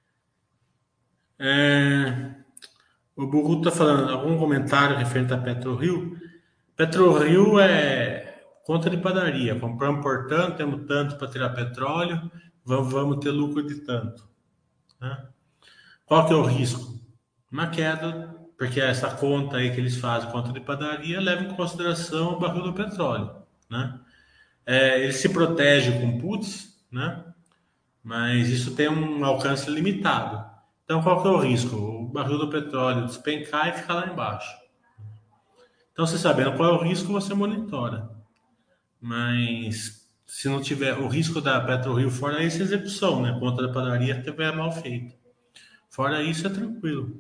É, o Burro tá falando, algum comentário referente a PetroRio? PetroRio é conta de padaria. Compramos por tanto, temos tanto para tirar petróleo, vamos ter lucro de tanto. Né? Qual que é o risco? Uma queda, porque essa conta aí que eles fazem, conta de padaria, leva em consideração o barril do petróleo. Né? Ele se protege com puts, né? Mas isso tem um alcance limitado. Então, qual que é o risco? O barril do petróleo despencar e ficar lá embaixo. Então, você sabendo qual é o risco, você monitora. Mas se não tiver o risco da PetroRio, fora isso, é execução, né? Conta da padaria tiver mal feita. Fora isso, é tranquilo.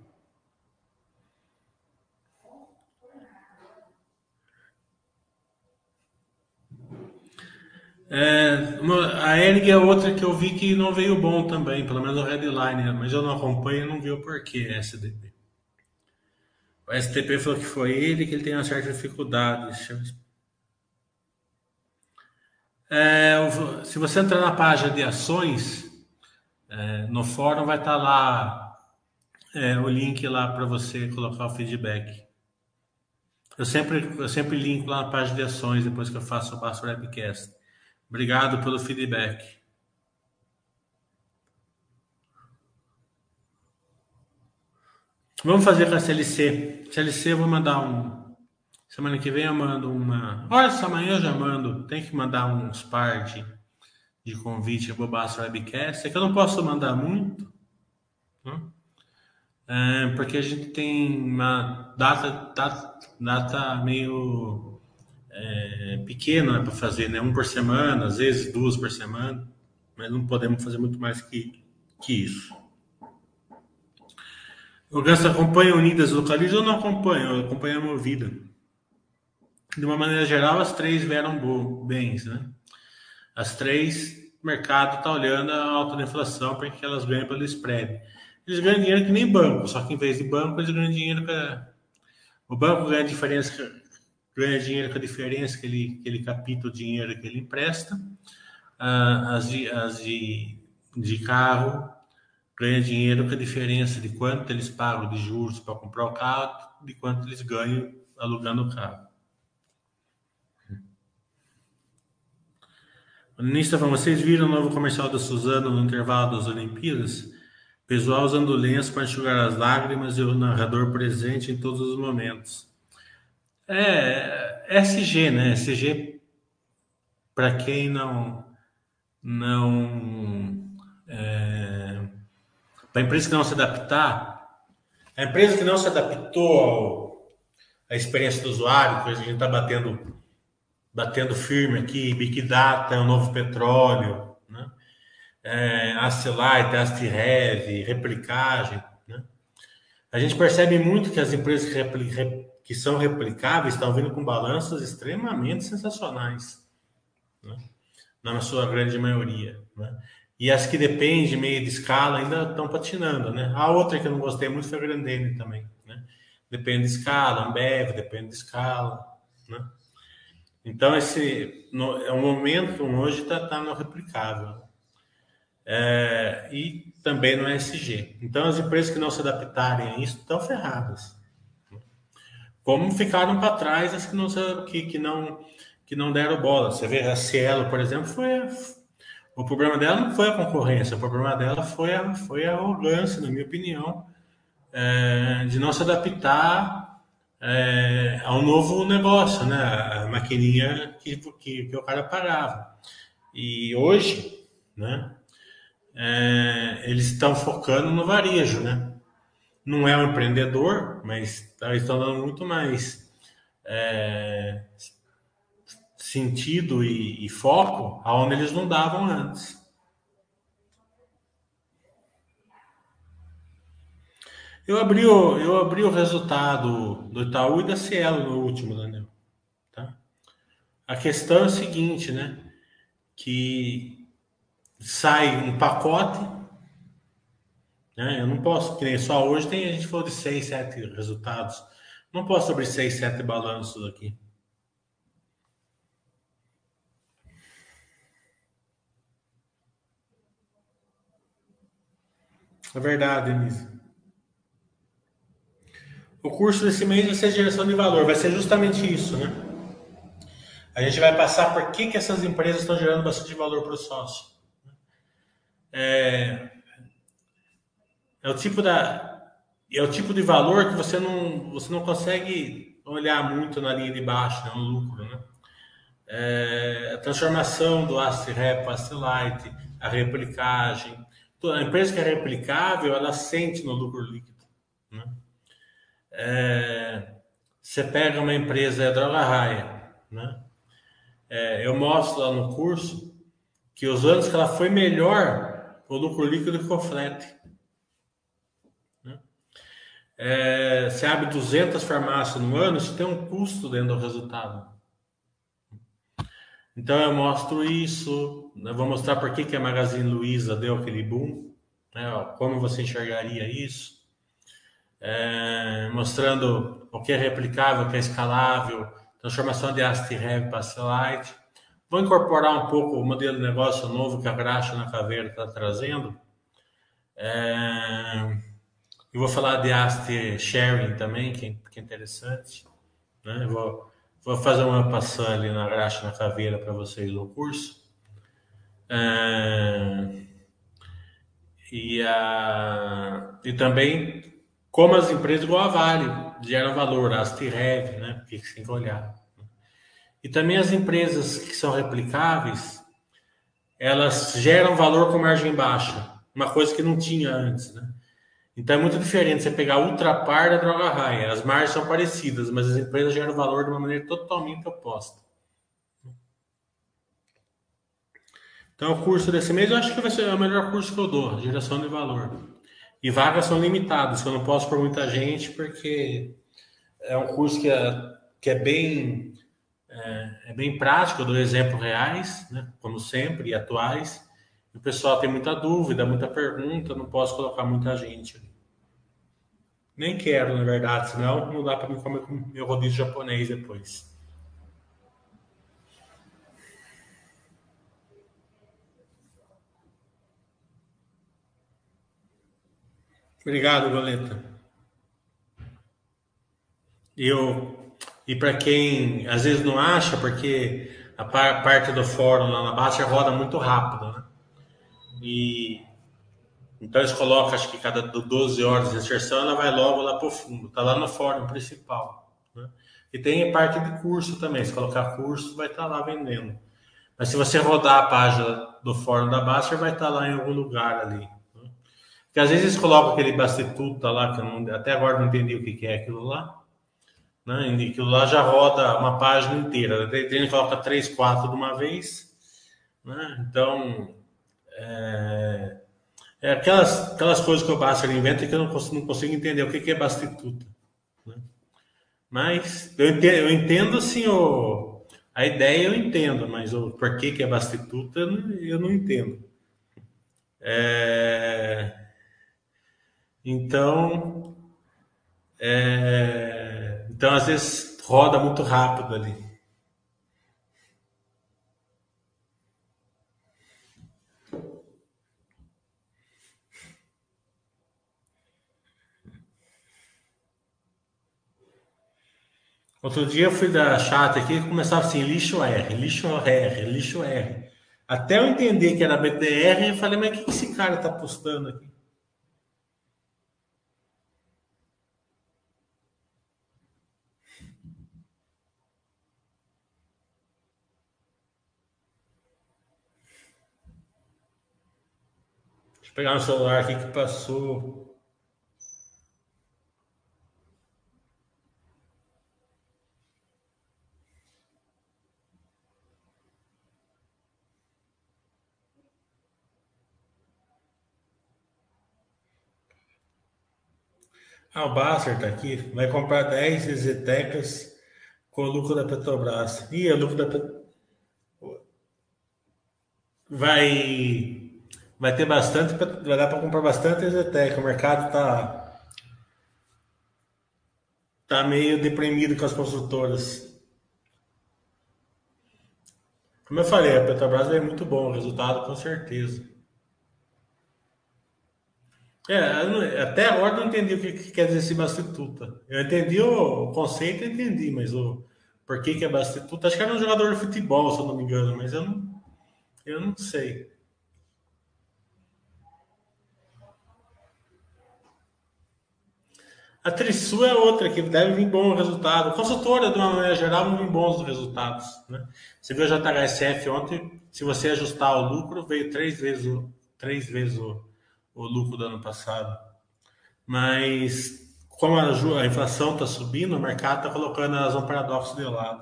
A Ering é outra que eu vi que não veio bom também, pelo menos o headline, mas eu não acompanho e não vi o porquê, SDP. O STP falou que foi ele, que ele tem uma certa dificuldade. Se você entrar na página de ações, no fórum vai estar lá o link lá para você colocar o feedback. Eu sempre linko lá na página de ações depois que eu faço o webcast. Obrigado pelo feedback. Vamos fazer com a CLC. CLC eu vou mandar um. Semana que vem eu mando uma. Olha, essa manhã eu já mando. Tem que mandar uns par de convite para o Basso Webcast. É que eu não posso mandar muito, né? Porque a gente tem uma data meio pequena para fazer, né? Um por semana, às vezes duas por semana, mas não podemos fazer muito mais que isso. O Ganso acompanha Unidas Localiza ou não acompanha? Eu acompanho a Movida. De uma maneira geral, as três vieram bens, né? As três, o mercado está olhando a alta da inflação para que elas ganhem pelo spread. Eles ganham dinheiro que nem banco, só que em vez de banco, eles ganham dinheiro o banco ganha dinheiro com a diferença que ele capta o dinheiro que ele empresta. As de carro ganha dinheiro com a diferença de quanto eles pagam de juros para comprar o carro, de quanto eles ganham alugando o carro. O Nisso tá falando, vocês viram o novo comercial da Suzano no intervalo das Olimpíadas? Pessoal usando lenço para enxugar as lágrimas e o narrador presente em todos os momentos. SG, né? SG, para quem não para a empresa que não se adaptar, a empresa que não se adaptou à experiência do usuário, que a gente está batendo firme aqui, Big Data é o novo petróleo, né? ASCII Light, ASCII Heavy, replicagem, né? A gente percebe muito que as empresas que são replicáveis estão vindo com balanços extremamente sensacionais, né? Na sua grande maioria, né? E as que dependem de meio de escala ainda estão patinando, né? A outra que eu não gostei muito foi a Grandene também, né? Depende de escala, Ambev, depende de escala, né? Então é um momento hoje tá no replicável. E também no ESG. Então as empresas que não se adaptarem a isso estão ferradas. Como ficaram para trás as que não deram bola. Você vê a Cielo, por exemplo, o problema dela não foi a concorrência, o problema dela foi a arrogância, na minha opinião, de não se adaptar ao novo negócio, né? A maquininha que o cara pagava. E hoje, né? Eles estão focando no varejo, né? Não é um empreendedor, mas estão dando muito mais é, sentido e foco aonde eles não davam antes. Eu abri o resultado do Itaú e da Cielo no último, Daniel. Tá? A questão é o seguinte, né? Que sai um pacote, né? Eu não posso, que nem só hoje a gente falou de 6, 7 resultados. Não posso abrir 6, 7 balanços aqui. É verdade, Denise. O curso desse mês vai ser geração de valor, vai ser justamente isso, né? A gente vai passar por que essas empresas estão gerando bastante valor para o sócio. É o tipo é o tipo de valor que você não consegue olhar muito na linha de baixo, né, no lucro, né? A transformação do ACI Rep, ACI Light, a replicagem. A empresa que é replicável, ela sente no lucro líquido, né? Você pega uma empresa, Droga Raia, né? Eu mostro lá no curso que os anos que ela foi melhor, o lucro líquido ficou flat. Você abre 200 farmácias no ano, isso tem um custo dentro do resultado. Então eu mostro isso, eu vou mostrar por que a Magazine Luiza deu aquele boom, né, ó, como você enxergaria isso, mostrando o que é replicável, o que é escalável, transformação de AST-Rev para Light. Vou incorporar um pouco o modelo de negócio novo que a Graxa na Caveira está trazendo. Eu vou falar de AST Sharing também, que é interessante, né? Vou fazer uma passagem ali na Graxa na Caveira para vocês no curso. É, e também como as empresas igual a Vale geram valor, as T-Rev, né? Porque você tem que olhar. E também as empresas que são replicáveis, elas geram valor com margem baixa, uma coisa que não tinha antes, né? Então é muito diferente você pegar a Ultrapar da Droga Raia. As margens são parecidas, mas as empresas geram valor de uma maneira totalmente oposta. Então o curso desse mês eu acho que vai ser o melhor curso que eu dou, geração de valor. E vagas são limitadas, que eu não posso por muita gente, porque é um curso que é bem prático, eu dou exemplos reais, né, como sempre, e atuais. E o pessoal tem muita dúvida, muita pergunta, não posso colocar muita gente. Nem quero, na verdade, senão não dá para me comer com meu rodízio japonês depois. Obrigado, Goleta. Eu, e para quem às vezes não acha, porque parte do fórum lá na baixa roda muito rápido, né? E então eles colocam, acho que cada 12 horas de inserção, ela vai logo lá pro fundo, tá lá no fórum principal, né? E tem parte de curso também, se colocar curso, vai estar lá vendendo. Mas se você rodar a página do fórum da Baster, vai estar lá em algum lugar ali, né? Porque às vezes eles colocam aquele Bastituta lá, que eu até agora não entendi o que é aquilo lá, né? E aquilo lá já roda uma página inteira. Ele coloca 3, 4 de uma vez, né? Então, aquelas coisas que o Baster inventa que eu não consigo entender o que é Bastituta, né? Mas eu entendo assim, a ideia eu entendo, mas o porquê que é Bastituta eu não entendo. É, então, então, às vezes roda muito rápido ali. Outro dia eu fui da chat aqui e começava assim, lixo R, lixo R, lixo R. Até eu entender que era BTR, eu falei, mas o que esse cara tá postando aqui? Deixa eu pegar no celular aqui que passou. Ah, o Basser tá aqui. Vai comprar 10 EZTECas com o lucro da Petrobras. Ih, o lucro da Petrobras vai ter bastante, vai dar para comprar bastante EZTEC. O mercado tá meio deprimido com as construtoras. Como eu falei, a Petrobras é muito bom o resultado, com certeza. Até agora eu não entendi o que quer dizer esse Bastituta. Eu entendi o conceito, eu entendi, mas o por que é Bastituta? Acho que era um jogador de futebol, se eu não me engano, mas eu não sei. A Trisul é outra que deve vir bom resultado. Consultora, de uma maneira geral, não vem bons resultados, né? Você viu a JHSF ontem, se você ajustar o lucro, veio três vezes o lucro do ano passado. Mas como a inflação está subindo, o mercado está colocando elas um paradoxo de lado.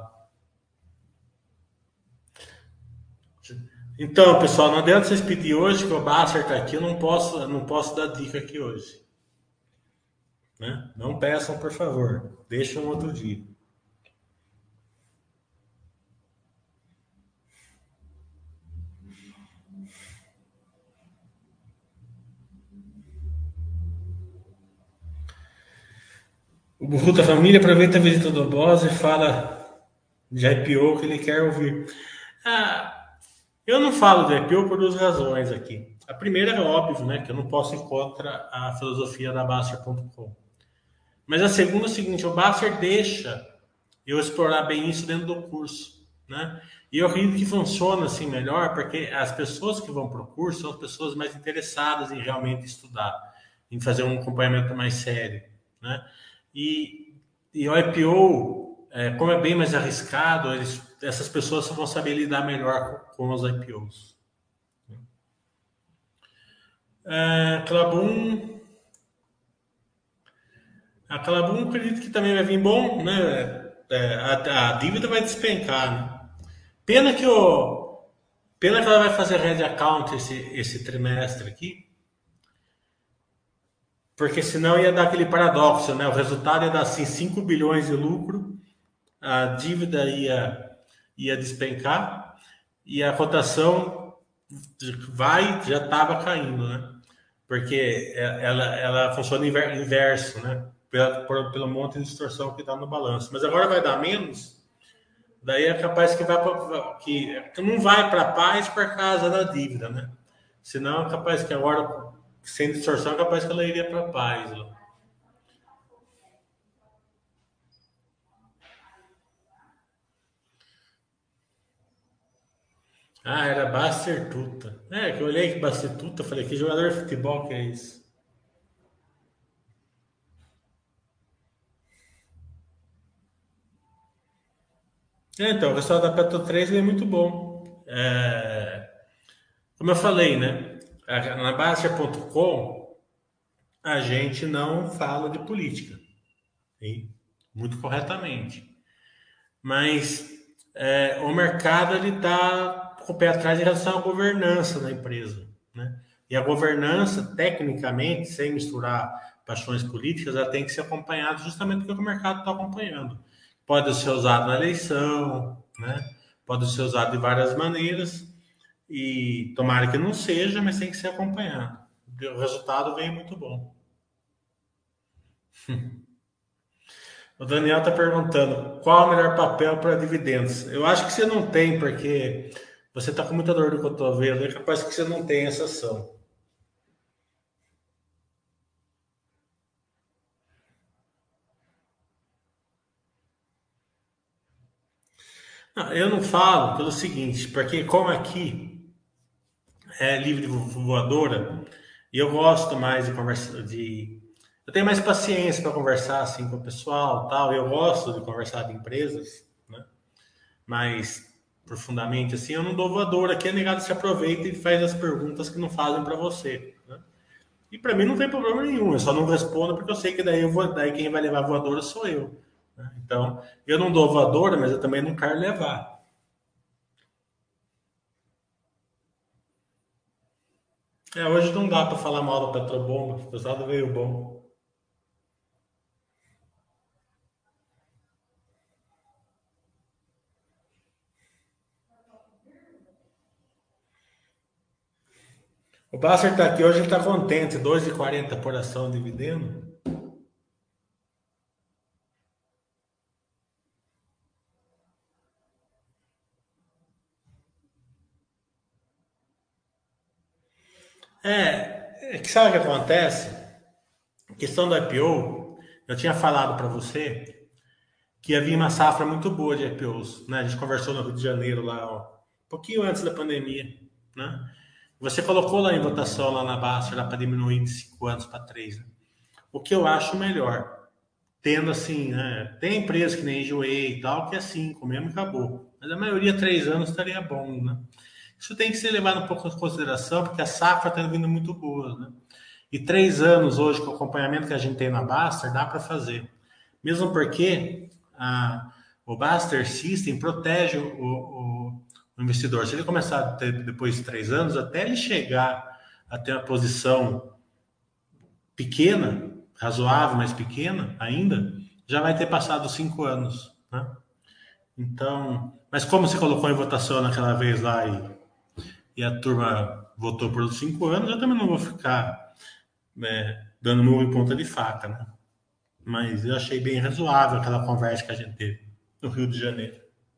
Então, pessoal, não adianta vocês pedir hoje que o Basser está aqui, eu não posso dar dica aqui hoje, né? Não peçam, por favor. Deixa um outro dia. O Burro da Família aproveita a visita do boss e fala de IPO que ele quer ouvir. Ah, eu não falo de IPO por duas razões aqui. A primeira é óbvio, né, que eu não posso ir contra a filosofia da Baster.com. Mas a segunda é o seguinte, o Baster deixa eu explorar bem isso dentro do curso, né? E eu acredito que funciona assim melhor, porque as pessoas que vão para o curso são as pessoas mais interessadas em realmente estudar, em fazer um acompanhamento mais sério, né? E, e o IPO, como é bem mais arriscado, essas pessoas vão saber lidar melhor com os IPOs. Clabum, a Clabum acredito que também vai vir bom, né? A dívida vai despencar, né? Pena que o Pena que ela vai fazer red account esse trimestre aqui, porque senão ia dar aquele paradoxo, né? O resultado ia dar assim 5 bilhões de lucro, a dívida ia despencar e a cotação já estava caindo, né? Porque ela funciona inverso, né? Pelo monte de distorção que dá no balanço. Mas agora vai dar menos, daí é capaz que não vai para paz por causa da dívida, né? Senão é capaz que agora, sem distorção, é capaz que ela iria para paz. Ó. Ah, era Baster Tuta. É, que eu olhei que Baster Tuta, falei, que jogador de futebol que é isso? É, então, o pessoal da Petro 3 é muito bom. Como eu falei, né? Na Baster.com a gente não fala de política, hein? Muito corretamente. Mas o mercado ele está com o pé atrás em relação à governança da empresa, né? E a governança, tecnicamente, sem misturar paixões políticas, ela tem que ser acompanhada justamente porque o mercado está acompanhando. Pode ser usado na eleição, né? Pode ser usado de várias maneiras e tomara que não seja, mas tem que ser acompanhado. O resultado vem muito bom. O Daniel está perguntando qual é o melhor papel para dividendos. Eu acho que você não tem, porque você está com muita dor no cotovelo. É capaz que você não tenha essa ação. Não, eu não falo pelo seguinte, porque como aqui é livre voadora, e eu gosto mais de conversar, eu tenho mais paciência para conversar assim com o pessoal, tal. Eu gosto de conversar de empresas, né? Mais profundamente assim. Eu não dou voadora, aqui é negado se aproveita e faz as perguntas que não fazem para você, né? E para mim não tem problema nenhum, eu só não respondo porque eu sei que daí quem vai levar a voadora sou eu, né? Então, eu não dou voadora, mas eu também não quero levar. Hoje não dá para falar mal da Petrobomba, o pessoal veio bom. O Basser está aqui hoje, ele está contente, 2,40 por ação dividendo. É que sabe o que acontece? A questão do IPO, eu tinha falado para você que havia uma safra muito boa de IPOs, né? A gente conversou no Rio de Janeiro lá, ó, um pouquinho antes da pandemia, né? Você colocou lá em votação lá na Basta para diminuir de 5 anos para 3, né? O que eu acho melhor, tendo assim, né? Tem empresas que nem Enjoei e tal, que é 5 mesmo e acabou. Mas a maioria 3 anos estaria bom, né? Isso tem que ser levado um pouco em consideração, porque a safra está vindo muito boa, né? E 3 anos hoje, com o acompanhamento que a gente tem na Baster, dá para fazer. Mesmo porque o Baster System protege o investidor. Se ele começar a ter, depois de 3 anos, até ele chegar a ter uma posição pequena, razoável, mas pequena ainda, já vai ter passado 5 anos, né? Então, mas como você colocou em votação naquela vez lá e a turma votou por 5 anos, eu também não vou ficar dando murro em ponta de faca, né? Mas eu achei bem razoável aquela conversa que a gente teve no Rio de Janeiro.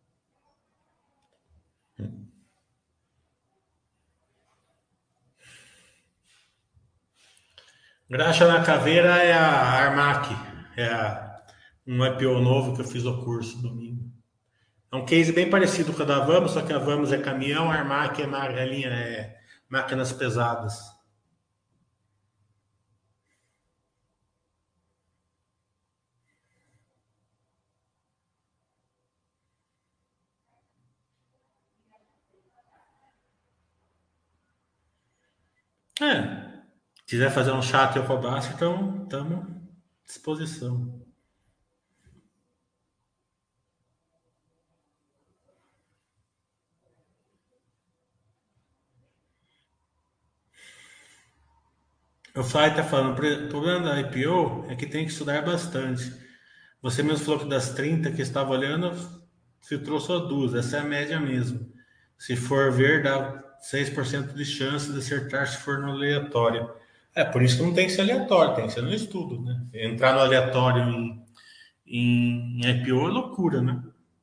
Graxa na Caveira é a Armac, um IPO novo que eu fiz o curso domingo. É um case bem parecido com a da Vamos, só que a Vamos é caminhão, a Armac é linha, máquinas pesadas. É, quiser fazer um chat e eu cobrasse, então estamos à disposição. O Fly está falando, o problema da IPO é que tem que estudar bastante. Você mesmo falou que das 30 que estava olhando, filtrou só duas. Essa é a média mesmo. Se for ver, dá 6% de chance de acertar se for no aleatório. É, por isso que não tem que ser aleatório, tem que ser no estudo, né? Entrar no aleatório em IPO é loucura, né?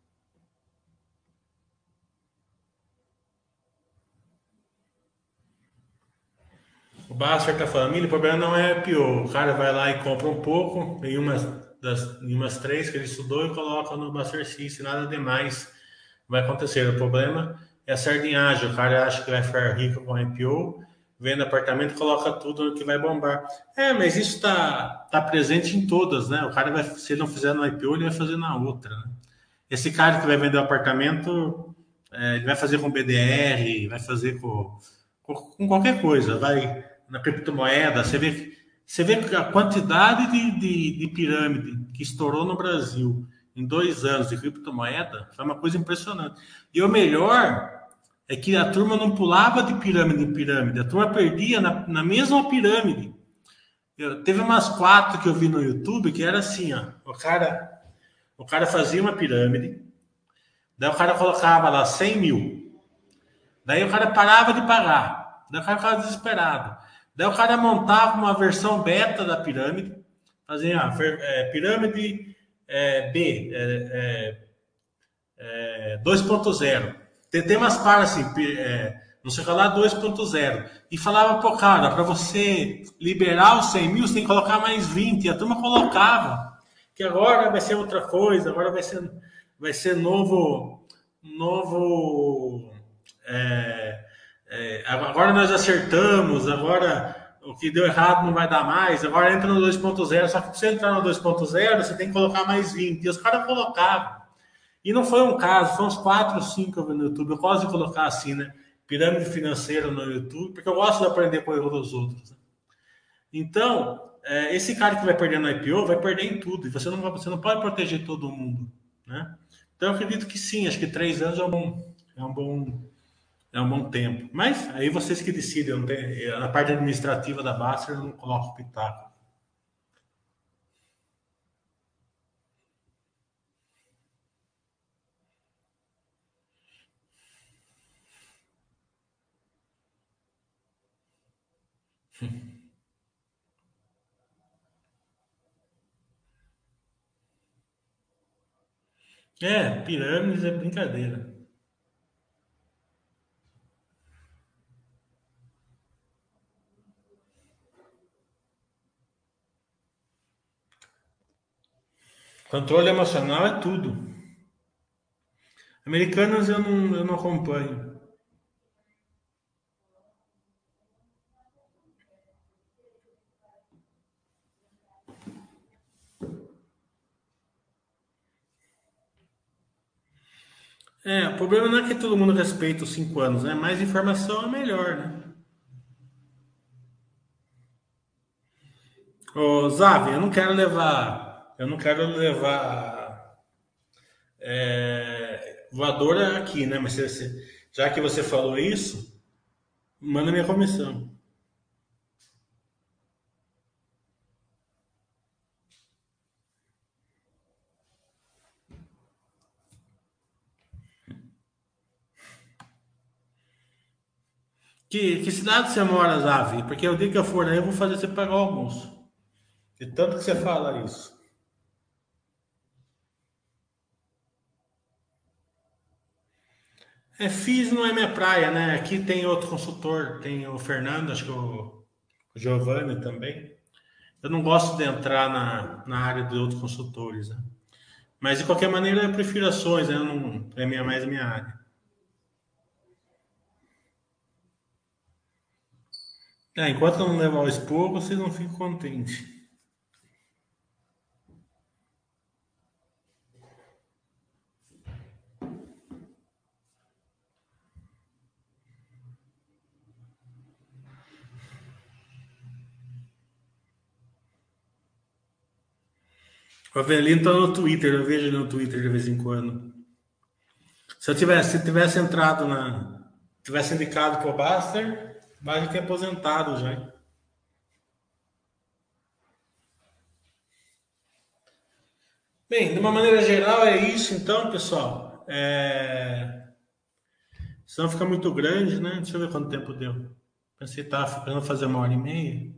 O Basser tá falando, "Mili, o problema não é IPO. O cara vai lá e compra um pouco, em umas três que ele estudou e coloca no Basser System, nada demais vai acontecer. O problema é a sardinhagem. O cara acha que vai ficar rico com IPO, vende apartamento, coloca tudo que vai bombar. Mas isso tá presente em todas, né? O cara vai, se ele não fizer no IPO, ele vai fazer na outra, né? Esse cara que vai vender o apartamento, ele vai fazer com BDR, vai fazer com qualquer coisa, vai na criptomoeda. Você vê a quantidade de pirâmide que estourou no Brasil em 2 anos de criptomoeda foi uma coisa impressionante. E o melhor é que a turma não pulava de pirâmide em pirâmide, a turma perdia na mesma pirâmide. Teve umas 4 que eu vi no YouTube que era assim, ó, o cara fazia uma pirâmide, daí o cara colocava lá 100 mil, daí o cara parava de pagar, daí o cara ficava desesperado, daí o cara montava uma versão beta da pirâmide, fazia pirâmide B, 2.0. Tem umas paras assim, não sei falar 2.0. E falava, pô, cara, para você liberar os 100 mil, você tem que colocar mais 20. E a turma colocava. Que agora vai ser outra coisa, agora vai ser novo. Agora nós acertamos, agora o que deu errado não vai dar mais, agora entra no 2.0. Só que para você entrar no 2.0, você tem que colocar mais 20. E os caras colocavam. E não foi um caso, foi uns 4 ou 5 que eu vi no YouTube. Eu gosto de colocar assim, né? Pirâmide financeira no YouTube, porque eu gosto de aprender com o erro dos outros, né? Então, esse cara que vai perder no IPO vai perder em tudo. E você não pode proteger todo mundo, né? Então, eu acredito que sim, acho que 3 anos é um bom tempo. Mas aí vocês que decidem. Na parte administrativa da Baster, eu não coloco pitaco. Pirâmides é brincadeira. Controle emocional é tudo. Americanas eu não acompanho. O problema não é que todo mundo respeita os 5 anos, né? Mais informação é melhor, né? Ô, Zavi, eu não quero levar voadora aqui, né? Mas já que você falou isso, manda minha comissão. Que cidade você mora, Zavi? Porque o dia que eu for aí, eu vou fazer você pagar o almoço. De tanto que você fala isso. FIS não é minha praia, né? Aqui tem outro consultor, tem o Fernando, acho que o Giovanni também. Eu não gosto de entrar na área de outros consultores, né? Mas de qualquer maneira eu prefiro ações, né? Eu não, mais minha área. Enquanto eu não levar o expor, vocês não ficam contentes. O Avelino tá no Twitter, eu vejo ele no Twitter de vez em quando. Se tivesse entrado tivesse indicado pro Baster, mas ele tem aposentado já. Hein? Bem, de uma maneira geral é isso então, pessoal. Senão fica muito grande, né? Deixa eu ver quanto tempo deu. Pensei que tava ficando fazer 1 hora e meia.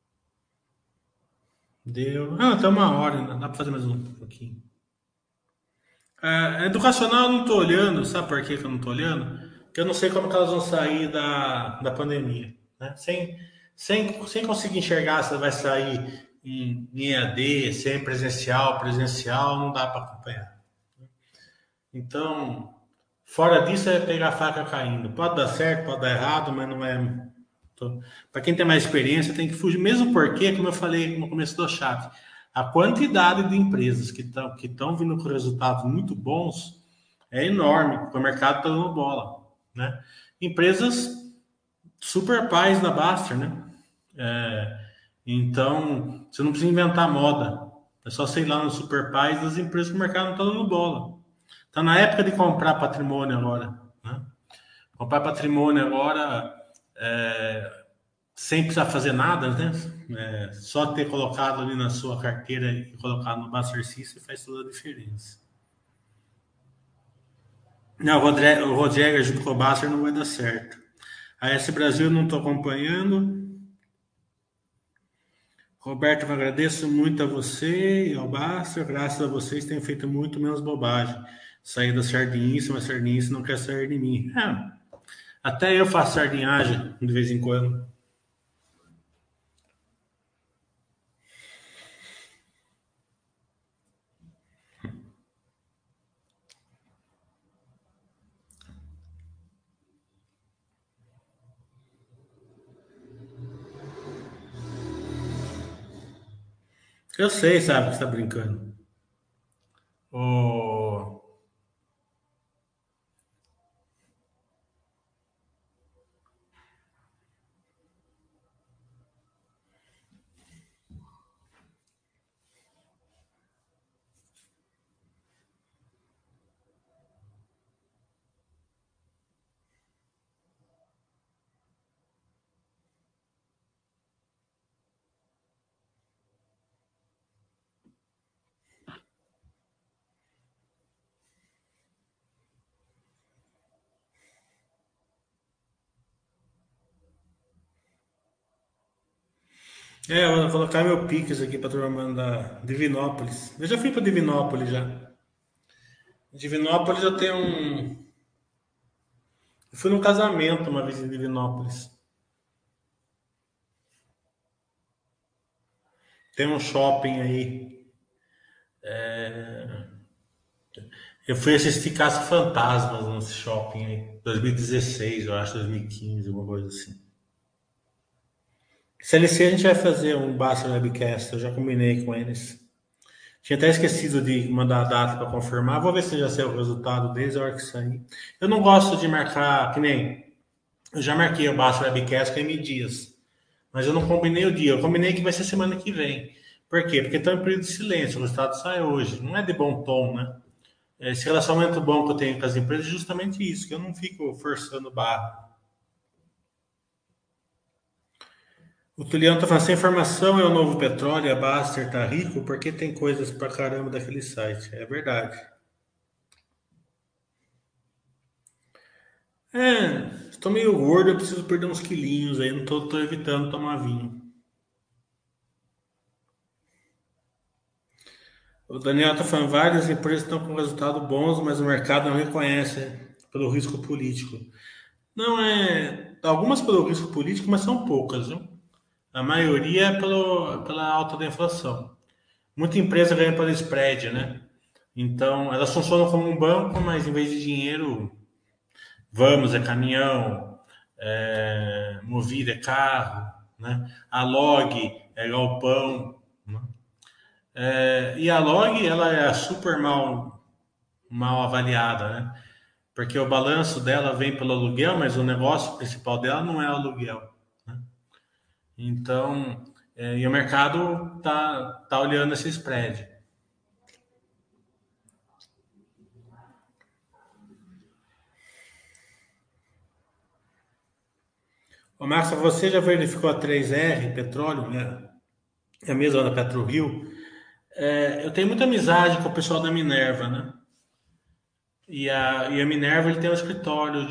Deu. Até 1 hora, né? Dá pra fazer mais um pouquinho. Educacional eu não tô olhando, sabe por que eu não tô olhando? Porque eu não sei como que elas vão sair da pandemia, né? Sem conseguir enxergar se vai sair em EAD, sem presencial, não dá para acompanhar. Então, Fora disso é pegar a faca caindo. Pode dar certo, pode dar errado, mas não é. Para quem tem mais experiência, tem que fugir. Mesmo porque, como eu falei no começo do chat, a quantidade de empresas que estão vindo com resultados muito bons é enorme, porque o mercado está dando bola, né? Empresas super pais da Baster, né? É, então, você não precisa inventar moda. É só sei lá no super pais das empresas que o mercado não está dando bola. Está na época de comprar patrimônio agora, né? Comprar patrimônio agora sem precisar fazer nada, né? Só ter colocado ali na sua carteira e colocado no Buster System faz toda a diferença. Não, o Rodrigo junto com o Buster não vai dar certo. A S Brasil não estou acompanhando. Roberto, eu agradeço muito a você e ao Buster. Graças a vocês, tenho feito muito menos bobagem. Sair da sardinice, mas sardinice não quer sair de mim. Até eu faço sardinhagem de vez em quando. Eu sei, sabe, que você está brincando. Oh, eu vou colocar meu Pix aqui para turma mandar Divinópolis. Eu já fui para Divinópolis já. Divinópolis eu tenho um. Eu fui num casamento uma vez em Divinópolis. Tem um shopping aí. Eu fui assistir Caça-Fantasmas nesse shopping aí. 2016, eu acho, 2015, alguma coisa assim. CLC a gente vai fazer um Basta Webcast, eu já combinei com eles. Tinha até esquecido de mandar a data para confirmar. Vou ver se já saiu o resultado desde a hora que sair. Eu não gosto de marcar, que nem. Eu já marquei o Basta Webcast com M Dias. Mas eu não combinei o dia. Eu combinei que vai ser semana que vem. Por quê? Porque estão em período de silêncio. O resultado sai hoje. Não é de bom tom, né? Esse relacionamento bom que eu tenho com as empresas é justamente isso, que eu não fico forçando barra. O Tuliano tá falando, essa informação é o novo petróleo, a Baster tá rico, porque tem coisas pra caramba daquele site. É verdade. Estou meio gordo, eu preciso perder uns quilinhos aí, não tô evitando tomar vinho. O Daniel tá falando, várias empresas estão com resultados bons, mas o mercado não reconhece pelo risco político. Não é. Algumas pelo risco político, mas são poucas, viu? A maioria é pela alta da inflação. Muita empresa ganha pelo spread, né? Então, elas funcionam como um banco, mas em vez de dinheiro, vamos, é caminhão, Movida é carro, né? A Log é galpão, né? E a Log, ela é super mal avaliada, né? Porque o balanço dela vem pelo aluguel, mas o negócio principal dela não é o aluguel, né? Então, e o mercado tá olhando esse spread. Ô, Márcio, você já verificou a 3R, petróleo, né? É a mesma da PetroRio? Eu tenho muita amizade com o pessoal da Minerva, né? E a Minerva ele tem um escritório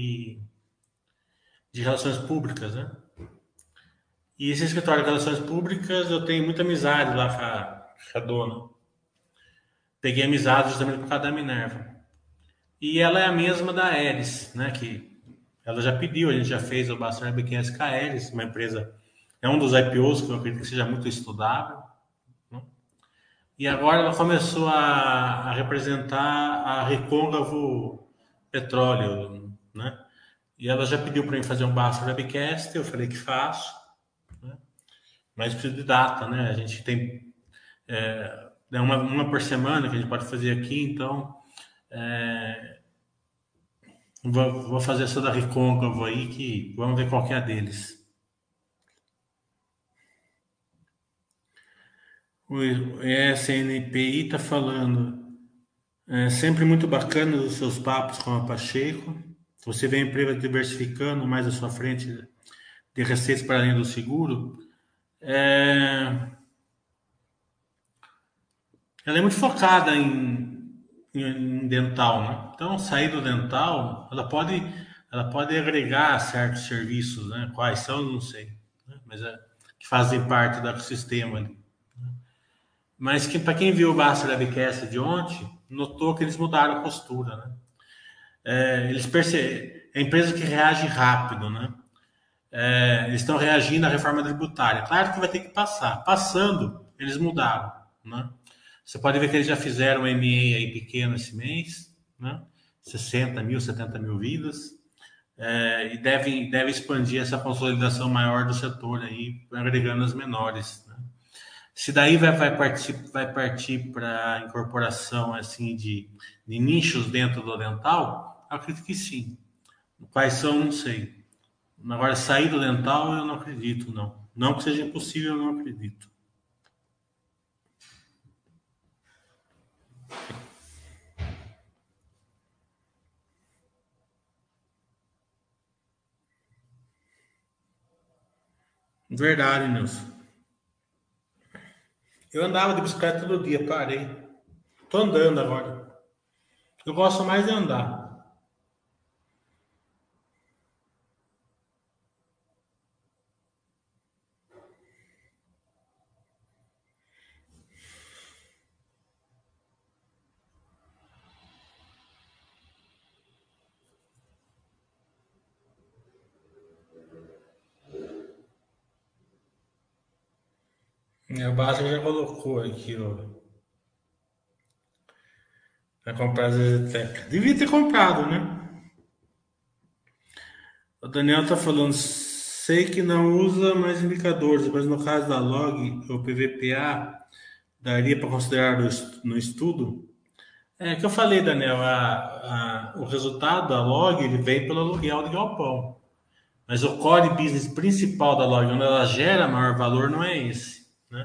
de relações públicas, né? E esse escritório de relações públicas eu tenho muita amizade lá com a dona. Peguei amizade justamente por causa da Minerva. E ela é a mesma da Aeres, né? Que ela já pediu, a gente já fez o Basta Webcast com a Aeres, uma empresa, é um dos IPOs que eu acredito que seja muito estudável, né? E agora ela começou a representar a Recôncavo petróleo, né? E ela já pediu para mim fazer um Basta Webcast, eu falei que faço, né? Mas preciso de data, né? A gente tem uma por semana que a gente pode fazer aqui, então vou fazer essa da Recôncavo aí, que vamos ver qual que é a deles. O SNPI está falando, sempre muito bacana os seus papos com a Pacheco. Você vê a empresa diversificando mais à sua frente de receitas para além do seguro. Ela é muito focada em dental, né? Então, sair do dental, ela pode agregar certos serviços, né? Quais são, não sei, né? Mas que fazem parte do ecossistema ali. Mas que, para quem viu o Basta Webcast de ontem, notou que eles mudaram a postura, né? Eles percebem, é a empresa que reage rápido, né? Eles estão reagindo à reforma tributária. Claro que vai ter que passar. Passando, eles mudaram, né? Você pode ver que eles já fizeram um MA aí pequeno esse mês, né? 60 mil, 70 mil vidas. E deve expandir essa consolidação maior do setor aí, agregando as menores, né? Se daí vai partir para incorporação assim de nichos dentro do dental, eu acredito que sim. Quais são, não sei. Agora, sair do dental, eu não acredito, não. Não que seja impossível, eu não acredito. Verdade, Nilson. Eu andava de bicicleta todo dia, parei. Tô andando agora. Eu gosto mais de andar. O Basco já colocou aqui, ó. Vai comprar as Zetec. Devia ter comprado, né? O Daniel tá falando, sei que não usa mais indicadores, mas no caso da log ou PVPA, daria para considerar no estudo? É que eu falei, Daniel, o resultado da log ele vem pelo aluguel de galpão. Mas o core business principal da log, onde ela gera maior valor, não é esse, né?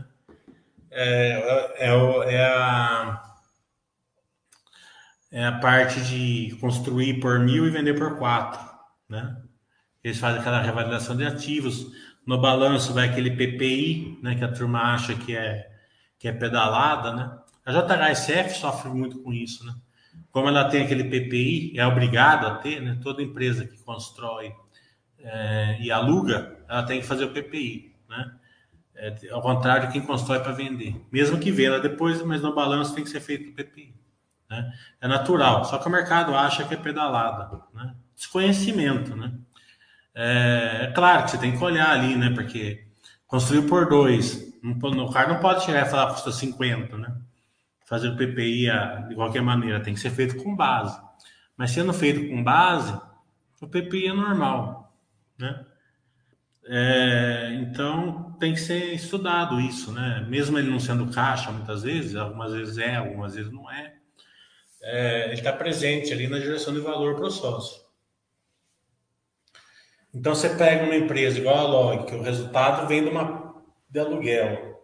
É a parte de construir por 1.000 e vender por 4, né? Eles fazem aquela revalidação de ativos. No balanço vai aquele PPI, né, que a turma acha que é pedalada, né? A JHSF sofre muito com isso, né? Como ela tem aquele PPI, é obrigado a ter, né? Toda empresa que constrói e aluga, ela tem que fazer o PPI, né? Ao contrário de quem constrói para vender. Mesmo que venda depois, mas no balanço tem que ser feito o PPI. Né? É natural, só que o mercado acha que é pedalada. Né? Desconhecimento, né? É claro que você tem que olhar ali, né? Porque construiu por dois. O cara não pode chegar e falar que custa 50, né? Fazer o PPI de qualquer maneira, tem que ser feito com base. Mas sendo feito com base, o PPI é normal, né? Então tem que ser estudado isso, né? Mesmo ele não sendo caixa, muitas vezes, algumas vezes é, algumas vezes não é. Ele está presente ali na geração de valor para o sócio. Então você pega uma empresa igual a Log, que o resultado vem de aluguel.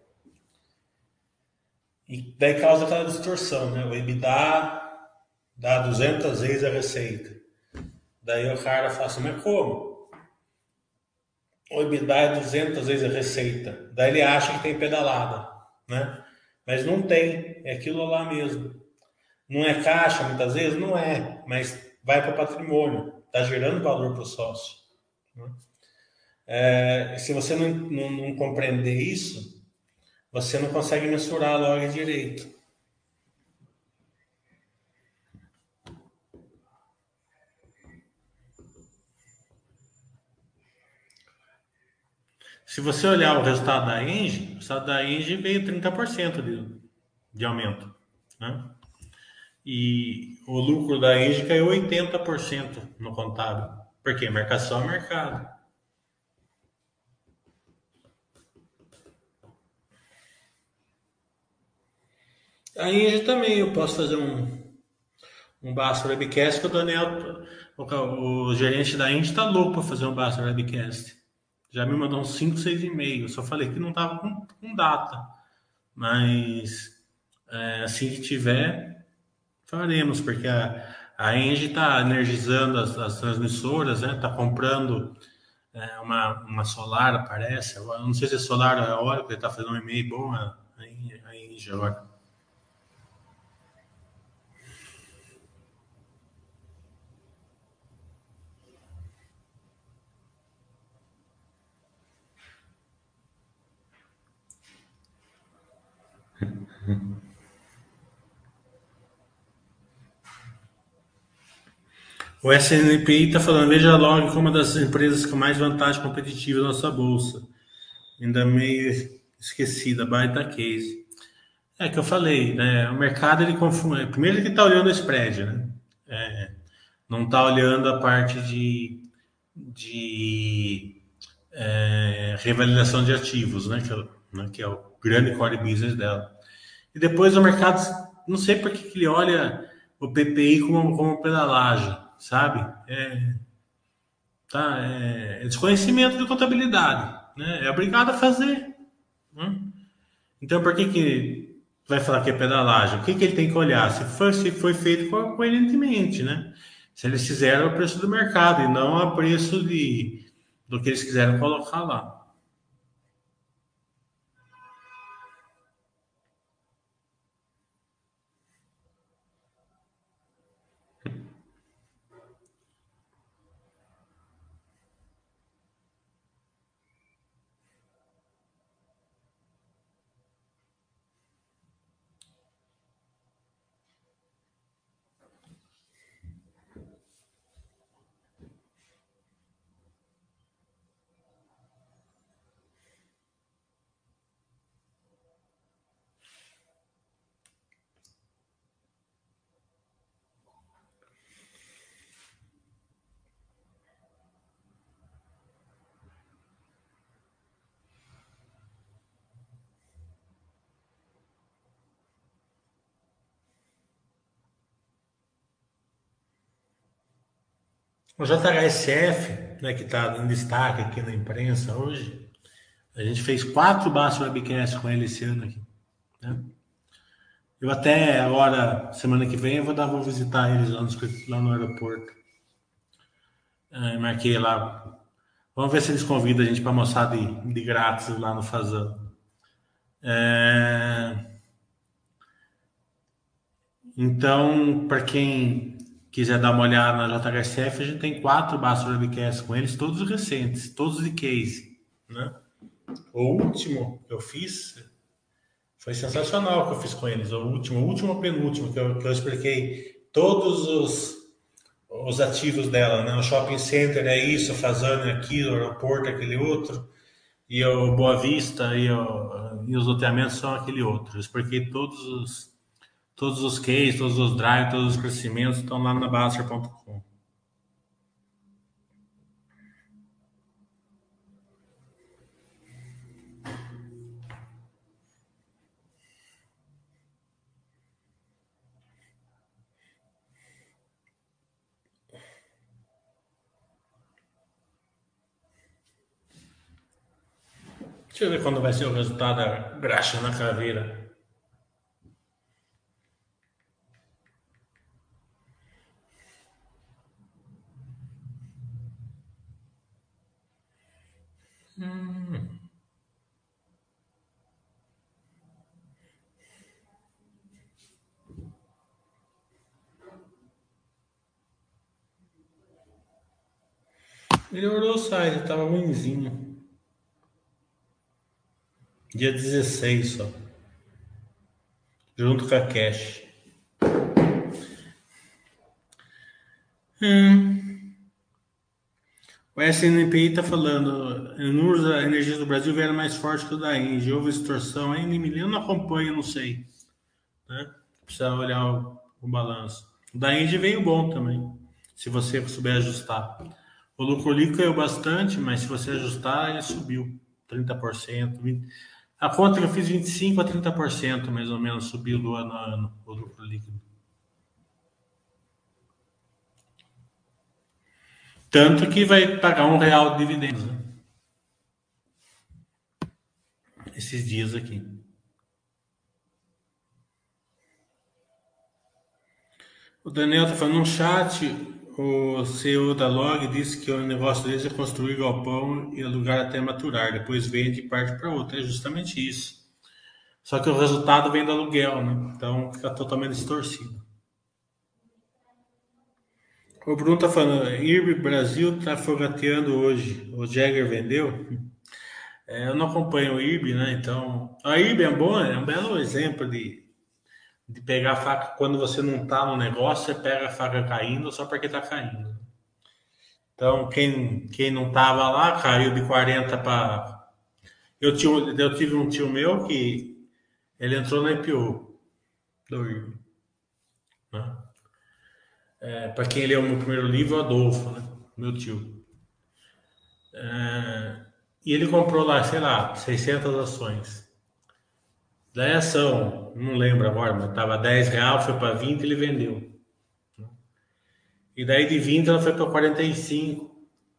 E daí causa aquela distorção, né? O EBITDA dá 200 vezes a receita. Daí o cara fala assim, mas como? O EBITDA é 200 vezes a receita. Daí ele acha que tem pedalada, né? Mas não tem, é aquilo lá mesmo. Não é caixa muitas vezes? Não é, mas vai para o patrimônio, está gerando valor para o sócio. Né? Se você não compreender isso, você não consegue mensurar a log direito. Se você olhar o resultado da Engie veio 30% de aumento. Né? E o lucro da Engie caiu 80% no contábil. Por quê? Marcação é mercado. A Engie também, eu posso fazer um Basta Webcast que o Daniel, o gerente da Engie está louco para fazer um Basta Webcast. Já me mandou uns 5, 6 e-mails. Só falei que não estava com data. Mas assim que tiver, faremos, porque a Engie está energizando as transmissoras, né? Está comprando uma solar, parece. Eu não sei se é solar ou eólica, ele está fazendo um e-mail bom a Engie agora. O SNPI está falando, veja logo como uma das empresas com mais vantagem competitiva na nossa bolsa. Ainda meio esquecida, baita case. É que eu falei, né? O mercado ele confunde. Primeiro ele está olhando o spread, né? Não está olhando a parte de revalidação de ativos, né, que é o grande core business dela. E depois o mercado, não sei por que ele olha o PPI como pedalagem, sabe? É desconhecimento de contabilidade, né? É obrigado a fazer. Né? Então, por que vai falar que é pedalagem? O que ele tem que olhar? Se foi feito coerentemente, né? Se eles fizeram o preço do mercado e não a preço do que eles quiseram colocar lá. O JHSF, né, que está em destaque aqui na imprensa hoje, a gente fez 4 Basta Webcasts com ele esse ano aqui. Né? Eu até agora, semana que vem, vou visitar eles lá no aeroporto. Marquei lá. Vamos ver se eles convidam a gente para almoçar de grátis lá no Fazão. Então, para quem quiser dar uma olhada na JHSF, a gente tem 4 Basta Webcasts com eles, todos recentes, todos de case. Né? O último que eu fiz foi sensacional que eu fiz com eles. O último penúltimo, que eu expliquei todos os ativos dela, né? O shopping center é isso, a Fazano é aquilo, o aeroporto é aquele outro, e o Boa Vista e os loteamentos são aquele outro. Eu expliquei todos os cases, todos os drives, todos os crescimentos estão lá na Baster.com. Deixa eu ver quando vai ser o resultado da graxa na caveira. Melhorou o site, tava ruimzinho. Dia 16 só. Junto com a Cash. O SNPI está falando, números da energia do Brasil vieram mais forte que o da Índia. Houve extorsão ainda em milhão, não acompanho, não sei. Né? Precisa olhar. o balanço. O da Engie veio bom também, se você souber ajustar. O lucro líquido caiu bastante, mas se você ajustar, ele subiu 30%. A conta que eu fiz 25 a 30% mais ou menos subiu do ano a ano o lucro líquido. Tanto que vai pagar R$ 1 de dividendos, né? Esses dias aqui. O Daniel está falando no chat, o CEO da Log disse que o negócio deles é construir galpão e alugar até maturar, depois vende e parte para outra. É justamente isso. Só que o resultado vem do aluguel, né? Então fica totalmente distorcido. O Bruno tá falando, IRB Brasil tá fogateando hoje. O Jagger vendeu? Eu não acompanho o IRB, né? Então, a IRB é bom, é um belo exemplo de pegar a faca quando você não tá no negócio, você pega a faca caindo só porque tá caindo. Então, quem não tava lá caiu de 40 para. Eu tive um tio meu que ele entrou na IPO do IRB, né? Para quem leu o meu primeiro livro, o Adolfo, né? Meu tio. E ele comprou lá, sei lá, 600 ações. Daí a ação, não lembro agora, mas estava R$ 10, foi para 20 ele vendeu. E daí de 20 ela foi para 45,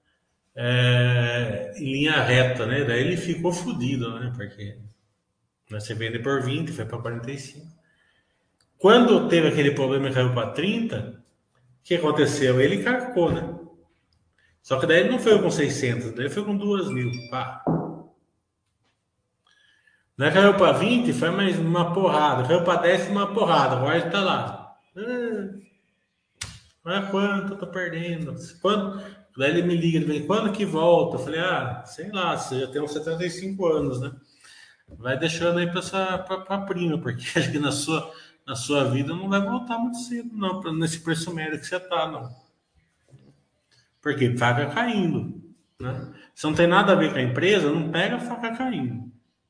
em linha reta, né? Daí ele ficou fodido, né? Porque, né, você vende por 20, foi para 45. Quando teve aquele problema e caiu para 30, o que aconteceu? Ele carcou, né? Só que daí ele não foi com 600, daí foi com 2.000. Pá. Daí caiu para 20, foi mais uma porrada. Caiu para 10, uma porrada. Agora ele tá lá. Olha quanto eu tô perdendo. Quando... Daí ele me liga, ele vem, quando que volta? Eu falei, sei lá, você já tem uns 75 anos, né? Vai deixando aí pra prima, porque acho que na sua vida não vai voltar muito cedo, não, nesse preço médio que você tá, não. Porque paga caindo, né? Se não tem nada a ver com a empresa, não pega a faca caindo.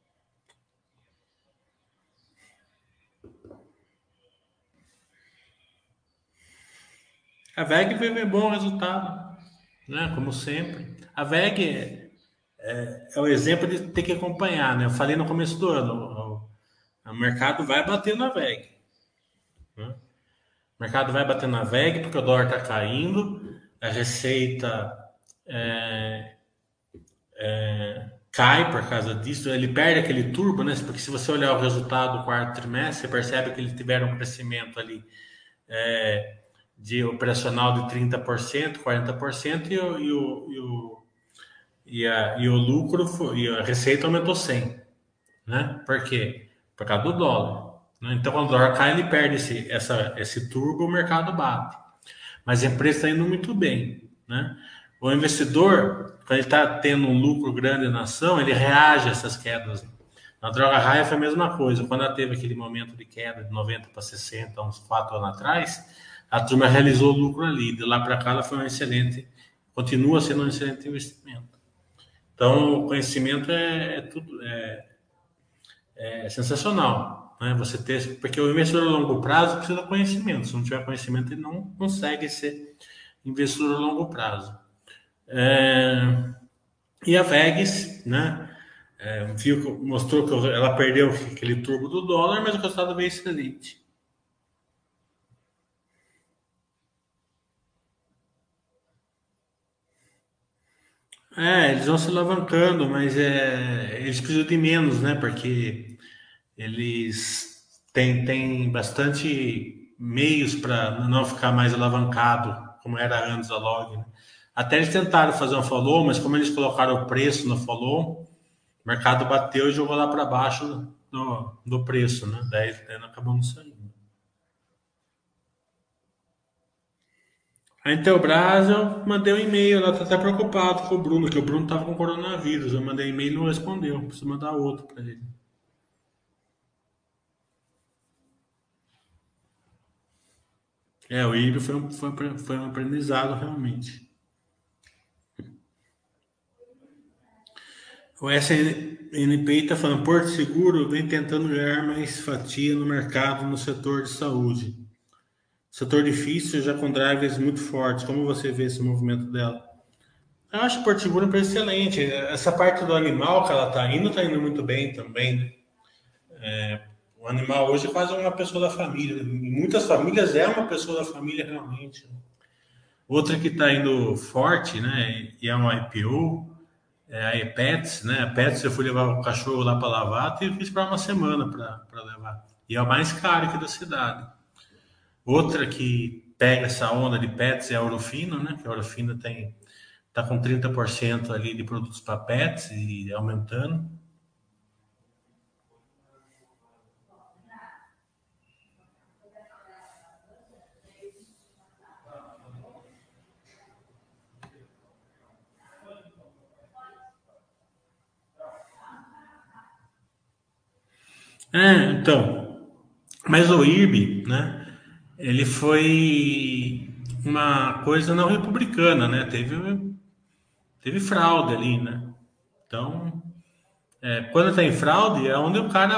A VEG teve bom resultado, né? Como sempre. A VEG é o exemplo de ter que acompanhar, né? Eu falei no começo do ano, o mercado vai bater na VEG, né? O mercado vai bater na VEG porque o dólar está caindo, a receita é, cai por causa disso, ele perde aquele turbo, né? Porque se você olhar o resultado do quarto trimestre, você percebe que eles tiveram um crescimento ali de operacional de 30%, 40% e o lucro e a receita aumentou 100, né? Por quê? Por causa do dólar, né? Então, quando o dólar cai, ele perde esse turbo, o mercado bate. Mas a empresa está indo muito bem, né? O investidor, quando ele está tendo um lucro grande na ação, ele reage a essas quedas. Na Droga Raia foi a mesma coisa. Quando ela teve aquele momento de queda de 90 para 60, uns 4 anos atrás, a turma realizou o lucro ali. De lá para cá, ela foi um excelente, continua sendo um excelente investimento. Então, o conhecimento é sensacional, né? Você ter, porque o investidor a longo prazo precisa de conhecimento. Se não tiver conhecimento, ele não consegue ser investidor a longo prazo. E a Vegas, né? Mostrou que ela perdeu aquele turbo do dólar, mas o resultado veio excelente. Eles vão se alavancando, mas eles precisam de menos, né? Porque eles têm bastante meios para não ficar mais alavancado, como era antes a Log, né? Até eles tentaram fazer um follow, mas como eles colocaram o preço no follow, o mercado bateu e jogou lá para baixo do preço, né? Daí não acabamos saindo. A Intelbras, eu mandei um e-mail, ela tá até preocupado com o Bruno, que o Bruno tava com coronavírus. Eu mandei e-mail e não respondeu. Preciso mandar outro para ele. O IB foi um aprendizado realmente. O SNP está falando, Porto Seguro vem tentando ganhar mais fatia no mercado no setor de saúde. Setor difícil, já com drivers muito fortes. Como você vê esse movimento dela? Eu acho a Porto Seguro uma empresa excelente. Essa parte do animal que ela está indo muito bem também, né? O animal hoje é quase uma pessoa da família. Em muitas famílias é uma pessoa da família realmente. Outra que está indo forte, né? E é um IPO, é a Pets, né? A Pets eu fui levar o cachorro lá para lavar, tive que esperar uma semana para levar. E é a mais cara aqui da cidade. Outra que pega essa onda de pets é a Orofino, né? Que a Orofino tá com 30% ali de produtos para pets e aumentando. Então, mas o IRB, né? Ele foi uma coisa não republicana, né? Teve fraude ali, né? Então, quando está em fraude é onde o cara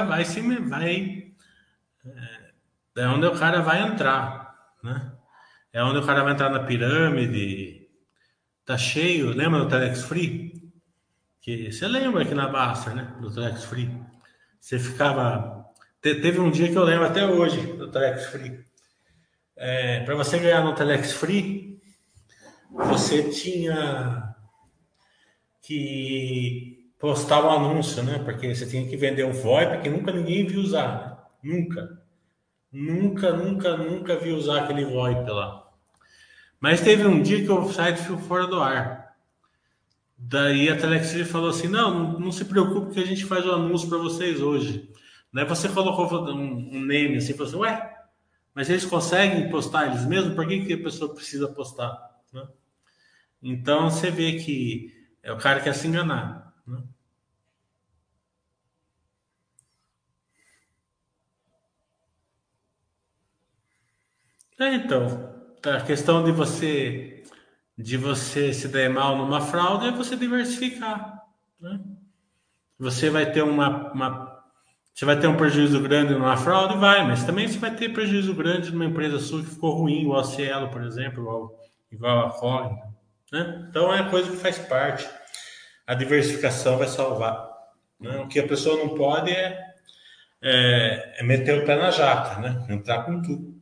é onde o cara vai entrar, né? É onde o cara vai entrar na pirâmide. Tá cheio, lembra do Telex Free? Que você lembra aqui na Basta, né? Do Telex Free. Você ficava. Teve um dia que eu lembro até hoje do Telex Free. Para você ganhar no Telex Free, você tinha que postar um anúncio, né? Porque você tinha que vender um VoIP que nunca ninguém viu usar, né? Nunca. Nunca vi usar aquele VoIP lá. Mas teve um dia que o site ficou fora do ar. Daí a Telex falou assim: não se preocupe que a gente faz o anúncio para vocês hoje. Daí você colocou um name assim, falou assim: ué, mas eles conseguem postar eles mesmos? Por que a pessoa precisa postar? Né? Então você vê que o cara quer se enganar. Né? Então, a questão de você se der mal numa fraude é você diversificar. Né? Você vai ter você vai ter um prejuízo grande numa fraude, vai, mas também você vai ter prejuízo grande numa empresa sua que ficou ruim, igual a Cielo, por exemplo, igual a Cogna, né? Então é coisa que faz parte. A diversificação vai salvar. Né? O que a pessoa não pode é meter o pé na jaca, né? Entrar com tudo.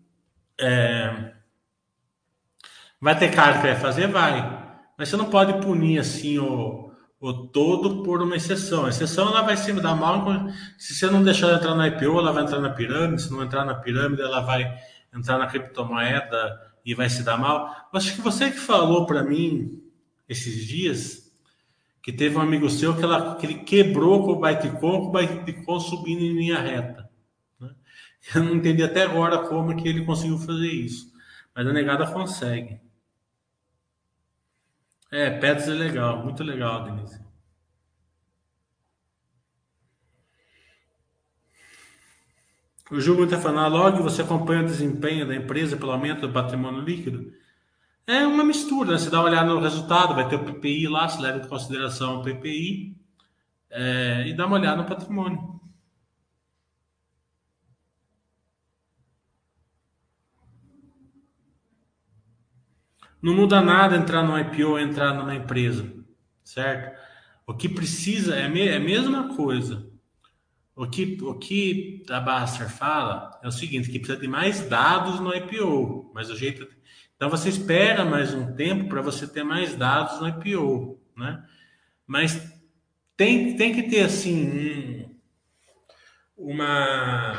Vai ter cara que vai fazer? Vai. Mas você não pode punir assim o todo por uma exceção. A exceção ela vai se dar mal. Se você não deixar ela entrar na IPO, ela vai entrar na pirâmide. Se não entrar na pirâmide, ela vai entrar na criptomoeda e vai se dar mal. Acho que você que falou para mim esses dias que teve um amigo seu que ele quebrou com o Bytecoin subindo em linha reta. Né? Eu não entendi até agora como é que ele conseguiu fazer isso. Mas a negada consegue. Pets é legal, muito legal, Denise. O Júlio está falando, log você acompanha o desempenho da empresa pelo aumento do patrimônio líquido? É uma mistura, né? Você dá uma olhada no resultado, vai ter o PPI lá, se leva em consideração o PPI, e dá uma olhada no patrimônio. Não muda nada entrar no IPO ou entrar numa empresa, certo? O que precisa é a mesma coisa. O que a Baster fala é o seguinte, que precisa de mais dados no IPO, mas o jeito. Então você espera mais um tempo para você ter mais dados no IPO, né? Mas tem que ter assim uma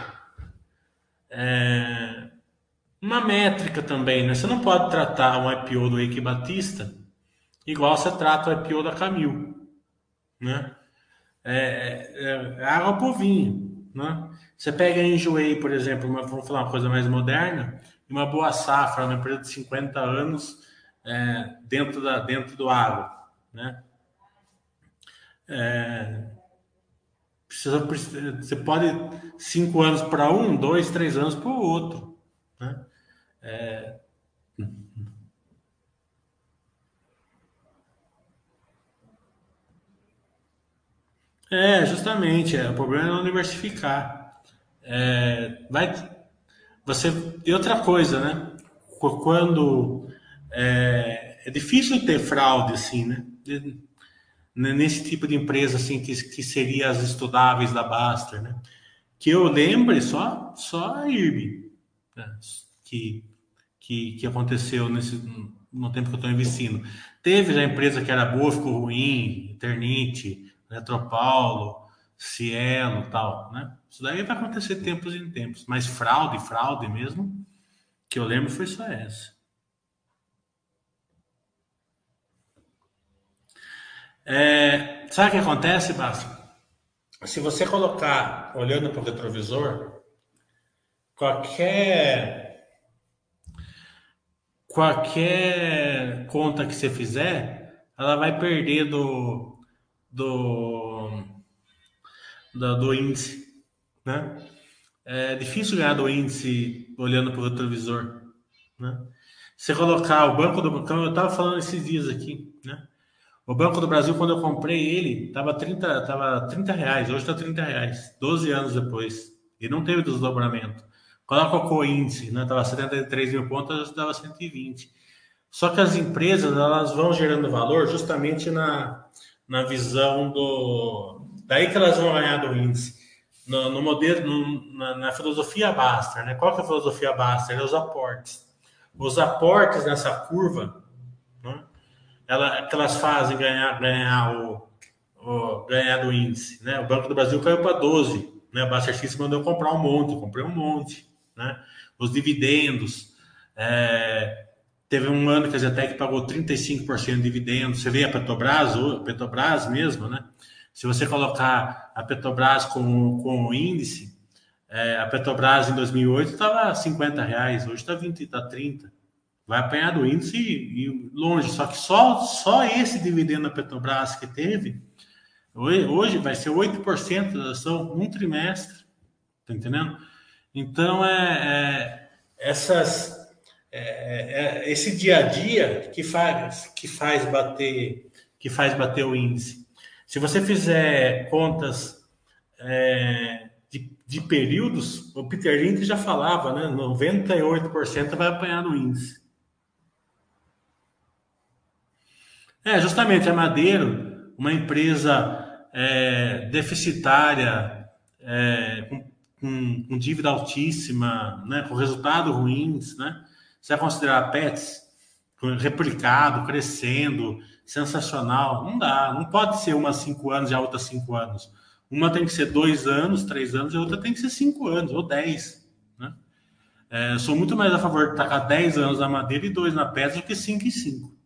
uma métrica também, né? Você não pode tratar um IPO do Eike Batista igual você trata o IPO da Camil, né? É água pro vinho, né? Você pega a Enjoei, por exemplo, vamos falar uma coisa mais moderna, uma boa safra, uma empresa de 50 anos dentro do agro, né? Você pode 5 anos para um, 2, 3 anos para o outro, né? Justamente, o problema é não diversificar. Vai, você e outra coisa, né? quando é difícil ter fraude assim, né? Nesse tipo de empresa assim que seria as estudáveis da Baster, né? Que eu lembre só a IRB, né? que, que aconteceu no tempo que eu estou investindo. Teve já empresa que era boa, ficou ruim, Eternit, Eletropaulo, Cielo, tal, né? Isso daí vai acontecer de tempos em tempos, mas fraude mesmo, que eu lembro foi só essa. Sabe o que acontece, Bárcio? Se você colocar olhando para o retrovisor, qualquer qualquer conta que você fizer, ela vai perder do, do índice, né? É difícil ganhar do índice olhando para o retrovisor, né? Se colocar o Banco do Como eu estava falando esses dias aqui, né? O Banco do Brasil, quando eu comprei ele, tava 30 reais, hoje está 30 reais, 12 anos depois. E não teve desdobramento. Coloca o índice, né? Tava 73 mil pontos, hoje estava 120. Só que as empresas elas vão gerando valor justamente na visão do. Daí que elas vão ganhar do índice. No modelo, na filosofia Baster, né? Qual que é a filosofia Baster? É os aportes. Os aportes nessa curva, né? Que elas fazem ganhar do índice, né? O Banco do Brasil caiu para 12, né? A Baster X mandou eu comprar um monte, eu comprei um monte, né? Os dividendos, é, teve um ano que a Zetec pagou 35% de dividendos. Você vê a Petrobras mesmo, né? Se você colocar a Petrobras com o índice, a Petrobras em 2008 estava R$ 50, hoje está 20, está 30. Vai apanhar do índice e longe. Só que só esse dividendo da Petrobras que teve, hoje vai ser 8% da ação, um trimestre. Tá entendendo? Então, essas, esse dia a dia que faz bater o índice. Se você fizer contas de períodos, o Peter Lynch já falava, né? 98% vai apanhar no índice. Justamente a Madeiro, uma empresa deficitária, com dívida altíssima, né, com resultados ruins, né? Você vai considerar a Pets replicado, crescendo, sensacional? Não dá, não pode ser uma 5 anos e a outra 5 anos. Uma tem que ser 2 anos, 3 anos, e a outra tem que ser 5 anos ou 10. Né? Eu sou muito mais a favor de tacar 10 anos na Madeira e 2 na Pets do que 5 e 5.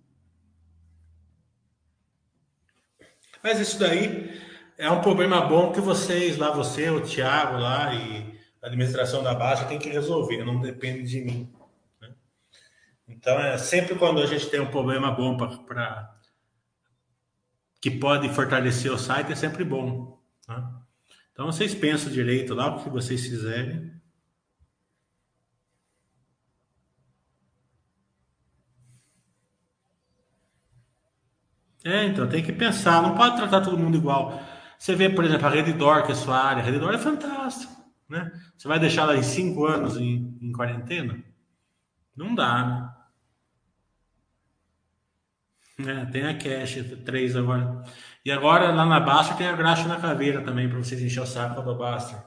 Mas isso daí é um problema bom que vocês lá, você, o Thiago lá e a administração da Baixa tem que resolver, não depende de mim. Né? Então, sempre quando a gente tem um problema bom que pode fortalecer o site, é sempre bom. Né? Então, vocês pensam direito lá, o que vocês fizerem. Então, tem que pensar, não pode tratar todo mundo igual. Você vê, por exemplo, a Redditor, que é a sua área, a Redditor é fantástico. Né? Você vai deixar ela em 5 anos em quarentena? Não dá, né? Tem a Cash 3 agora. E agora lá na Basta tem a graxa na caveira também, para vocês encher o saco da Basta.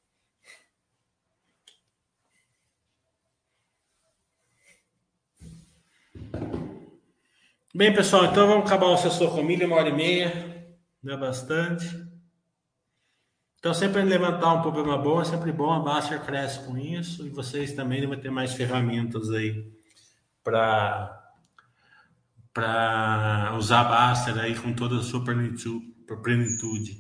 Bem, pessoal, então vamos acabar o sexto família, 1h30, não é bastante. Então, sempre levantar um problema bom é sempre bom, a Basta cresce com isso e vocês também vão ter mais ferramentas aí para usar a Basta aí com toda a sua plenitude.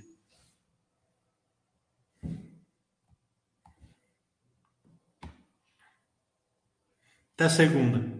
Até segunda.